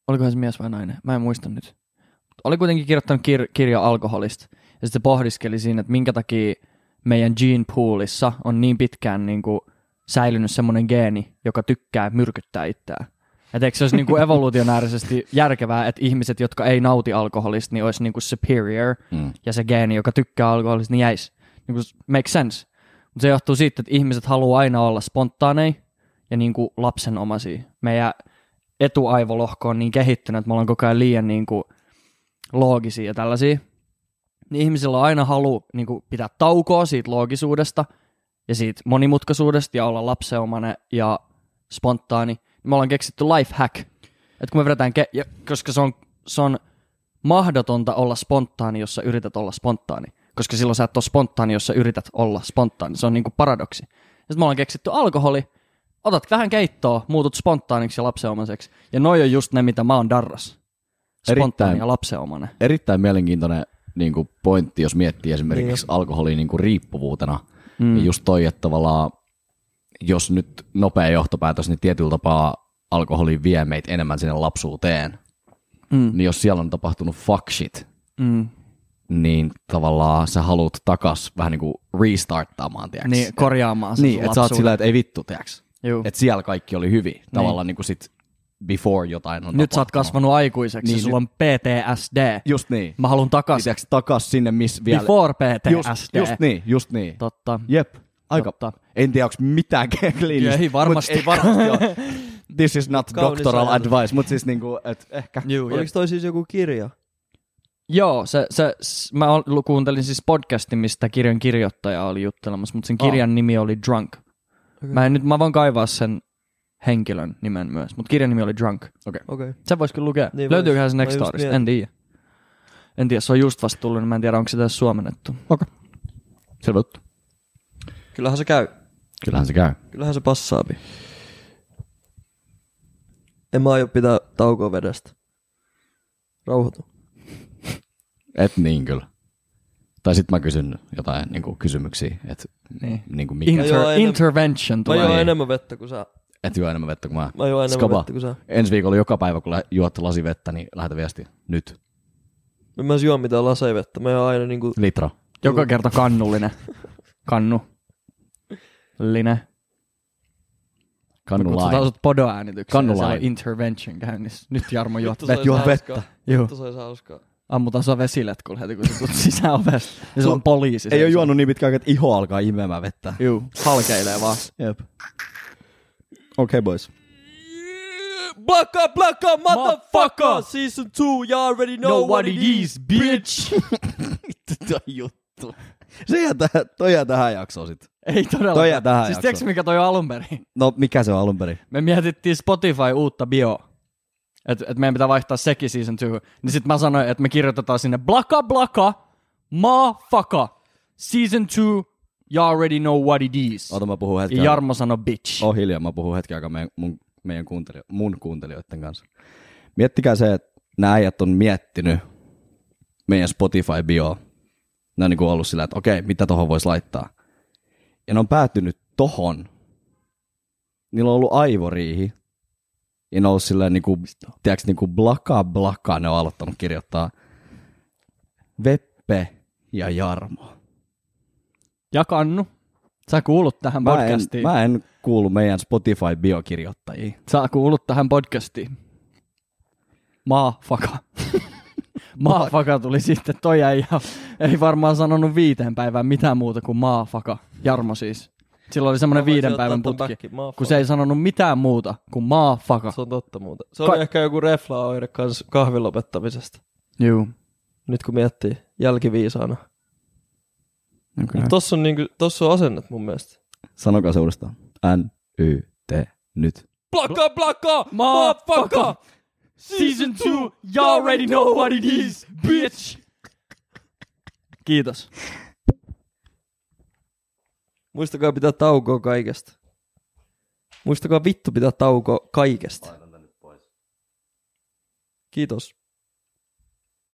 Speaker 2: olikohan se mies vai nainen, mä en muista nyt. Oli kuitenkin kirjoittanut kir- kirja alkoholista, ja sitten se pohdiskeli siinä, että minkä takia meidän gene poolissa on niin pitkään niin kuin säilynyt semmoinen geeni, joka tykkää myrkyttää itseään. Että eikö se olisi niin kuin evoluutionäärisesti järkevää, että ihmiset, jotka ei nauti alkoholista, niin olisi niin kuin superior, mm. ja se geeni, joka tykkää alkoholista, niin jäisi. Niin kuin make sense. Mutta se johtuu siitä, että ihmiset haluaa aina olla spontaaneja ja niin kuin lapsenomaisia. Meidän etuaivolohko on niin kehittynyt, että me ollaan koko ajan liian niin kuin loogisia ja tällaisia. Niin ihmisillä on aina halu niin kuin pitää taukoa siitä loogisuudesta ja siitä monimutkaisuudesta ja olla lapsenomainen ja spontaani. Me ollaan keksitty life hack. Että kun me vedetään, ke- ja, koska se on, se on mahdotonta olla spontaani, jos sä yrität olla spontaani. Koska silloin sä et ole spontaani, jos sä yrität olla spontaani. Se on niinku paradoksi. Sitten me ollaan keksitty alkoholi. Otat vähän keittoa, muutut spontaaniksi ja lapsenomaiseksi. Ja noi on just ne, mitä mä oon darras. Spontaani ja lapsenomainen.
Speaker 3: Erittäin mielenkiintoinen niin kuin pointti, jos miettii esimerkiksi niin alkoholiin niin kuin riippuvuutena. Mm. Ja just toi, että tavallaan, jos nyt nopea johtopäätös, niin tietyllä tapaa alkoholi vie meitä enemmän sinne lapsuuteen. Mm. Niin jos siellä on tapahtunut fuck shit, mm. niin tavallaan sä haluat takas vähän niin kuin restarttaamaan, tiiäks?
Speaker 2: Niin, korjaamaan sen
Speaker 3: niin, että sä oot sillä, että ei vittu, tiiäks? Että siellä kaikki oli hyvin.
Speaker 2: Niin.
Speaker 3: Tavallaan niin kuin sit before jotain on
Speaker 2: nyt
Speaker 3: tapahtunut.
Speaker 2: Sä oot kasvanut aikuiseksi niin, ja sulla on P T S D.
Speaker 3: Just niin.
Speaker 2: Mä haluan takas.
Speaker 3: Tiiäks, takas sinne, missä vielä...
Speaker 2: Before P T S D.
Speaker 3: Just, just niin, just niin.
Speaker 2: Totta.
Speaker 3: Jep. Aika.
Speaker 2: Totta.
Speaker 3: En tiedä, onko mitään kliinistä.
Speaker 2: Ei varmasti.
Speaker 3: Ei varmasti ole. This is not
Speaker 1: Kaunis
Speaker 3: doctoral
Speaker 1: ajatus.
Speaker 3: advice, mutta siis niinku, että ehkä.
Speaker 2: Juu,
Speaker 1: Oliko toi siis joku kirja?
Speaker 2: Joo, se, se, s- mä ol- kuuntelin siis podcastin, mistä kirjan kirjoittaja oli juttelemassa, mutta sen kirjan oh. nimi oli Drunk. Okay. Mä, en, nyt, mä voin kaivaa sen henkilön nimen myös, mutta kirjan nimi oli Drunk.
Speaker 3: Okei.
Speaker 1: Okay. Okay.
Speaker 2: Sen vois kyllä lukea.
Speaker 1: Niin
Speaker 2: Löytyyköhän
Speaker 1: vois.
Speaker 2: se
Speaker 1: Mä
Speaker 2: Next
Speaker 1: just
Speaker 2: Starista?
Speaker 1: mietin.
Speaker 2: En tiedä. En tiedä, se on just vasta tullut, niin mä en tiedä, onko se tässä suomennettu.
Speaker 3: Okei. Selvä juttu.
Speaker 1: Kyllähän se käy.
Speaker 3: Kyllähän se käy.
Speaker 1: Kyllähän se passaapi. En mä aio pitää taukoa vedestä. Rauhoitu.
Speaker 3: Et niin kyllä. Tai sit mä kysyn jotain niinku kysymyksiä, että
Speaker 2: Niin.
Speaker 3: niinku mikä.
Speaker 2: Inter-
Speaker 1: juo enemmän-
Speaker 2: intervention
Speaker 1: Mä
Speaker 2: tulee.
Speaker 1: juon
Speaker 3: Niin.
Speaker 1: enemmän vettä kuin sä.
Speaker 3: Et juo enemmän vettä kuin mä.
Speaker 1: Mä juon enemmän
Speaker 3: Skaba.
Speaker 1: vettä kuin sä.
Speaker 3: Ensi viikolla joka päivä, kun lä- juot lasi vettä, niin lähetä viesti. Nyt.
Speaker 1: En mä juo mitään lasevettä. Mä juon aina niinku...
Speaker 3: Litra.
Speaker 2: Joka kerta kannullinen. Kannu. Line.
Speaker 3: Kannu
Speaker 2: Kutsutaan
Speaker 3: lain.
Speaker 2: sut podoäänitykseen.
Speaker 3: Kannu
Speaker 2: ja siellä on
Speaker 3: lain.
Speaker 2: intervention käynnissä. Nyt Jarmo juot
Speaker 1: Vittu, se
Speaker 2: vettä.
Speaker 1: olisi
Speaker 3: Juo
Speaker 1: hauskaa.
Speaker 3: vettä.
Speaker 2: Juu.
Speaker 1: Vittu, se olisi hauskaa.
Speaker 2: Ammutaan sua vesiletkulla heti, kun sä tulet sisään ovesta. Ja sulla on poliisi.
Speaker 3: Ei ole juonut niin pitkään, että iho alkaa imemään vettä.
Speaker 2: Juu, halkeilee vaan.
Speaker 3: Jep. Okei, okay, boys.
Speaker 1: Blacka, blacka, motherfucker! Season two, you already know,
Speaker 2: Know
Speaker 1: what it is,
Speaker 2: bitch!
Speaker 3: Vittu toi juttu. Se jää tähän, toi jää tähän jaksoon sit.
Speaker 2: Ei todellakaan.
Speaker 3: Toi jää tähän
Speaker 2: siis
Speaker 3: jaksoon.
Speaker 2: tiedätkö mikä toi on alun perin?
Speaker 3: No, mikä se on alun perin?
Speaker 2: Me mietittiin Spotify uutta bio. Että et meidän pitää vaihtaa sekin season two. Niin sit mä sanoin, että me kirjoitetaan sinne blaka blaka motherfucker. Season two, you already know what it is.
Speaker 3: Ota mä puhun hetken
Speaker 2: Ja
Speaker 3: aikaa.
Speaker 2: Jarmo sanoi bitch.
Speaker 3: Oh hiljaa, mä puhun hetken aikaa meidän, mun, meidän kuuntelio, mun kuuntelijoiden kanssa. Miettikää se, että nämä äijät on miettinyt meidän Spotify-bioa. Ne on niin kuin ollut sillä, että okei, mitä tohon voisi laittaa. Ja ne on päättynyt tohon. Niillä on ollut aivoriihi. Ja ne on ollut silleen niin kuin, tiedätkö, niin kuin blaka blaka, ne on aloittanut kirjoittaa Veppe ja Jarmo.
Speaker 2: Ja Kannu. Sä kuulut tähän
Speaker 3: Mä en,
Speaker 2: podcastiin.
Speaker 3: mä en kuulu meidän Spotify-biokirjoittajiin.
Speaker 2: Sä kuulut tähän podcastiin. Maafaka. Maafaka tuli sitten. Toi ei, ei varmaan sanonut viiteen päivään mitään muuta kuin maafaka. Jarmo siis. Sillä oli semmoinen viiden päivän putki, kun se ei sanonut mitään muuta kuin maafaka.
Speaker 1: Se on totta muuta. Se oli
Speaker 2: Ka-
Speaker 1: ehkä joku refla-oire kans kahvin lopettamisesta.
Speaker 2: Juu.
Speaker 1: Nyt kun miettii jälkiviisaana.
Speaker 3: Okay.
Speaker 1: Mut tossa on, niinku, tossa on asennet mun mielestä.
Speaker 3: Sanokaa se uudestaan. N Y T nyt.
Speaker 1: Blaka, blaka,
Speaker 2: Motherfucker! Season two, you already know what it is, bitch! Kiitos.
Speaker 1: Muistakaa pitää taukoa kaikesta. Muistakaa vittu pitää taukoa kaikesta. Kiitos.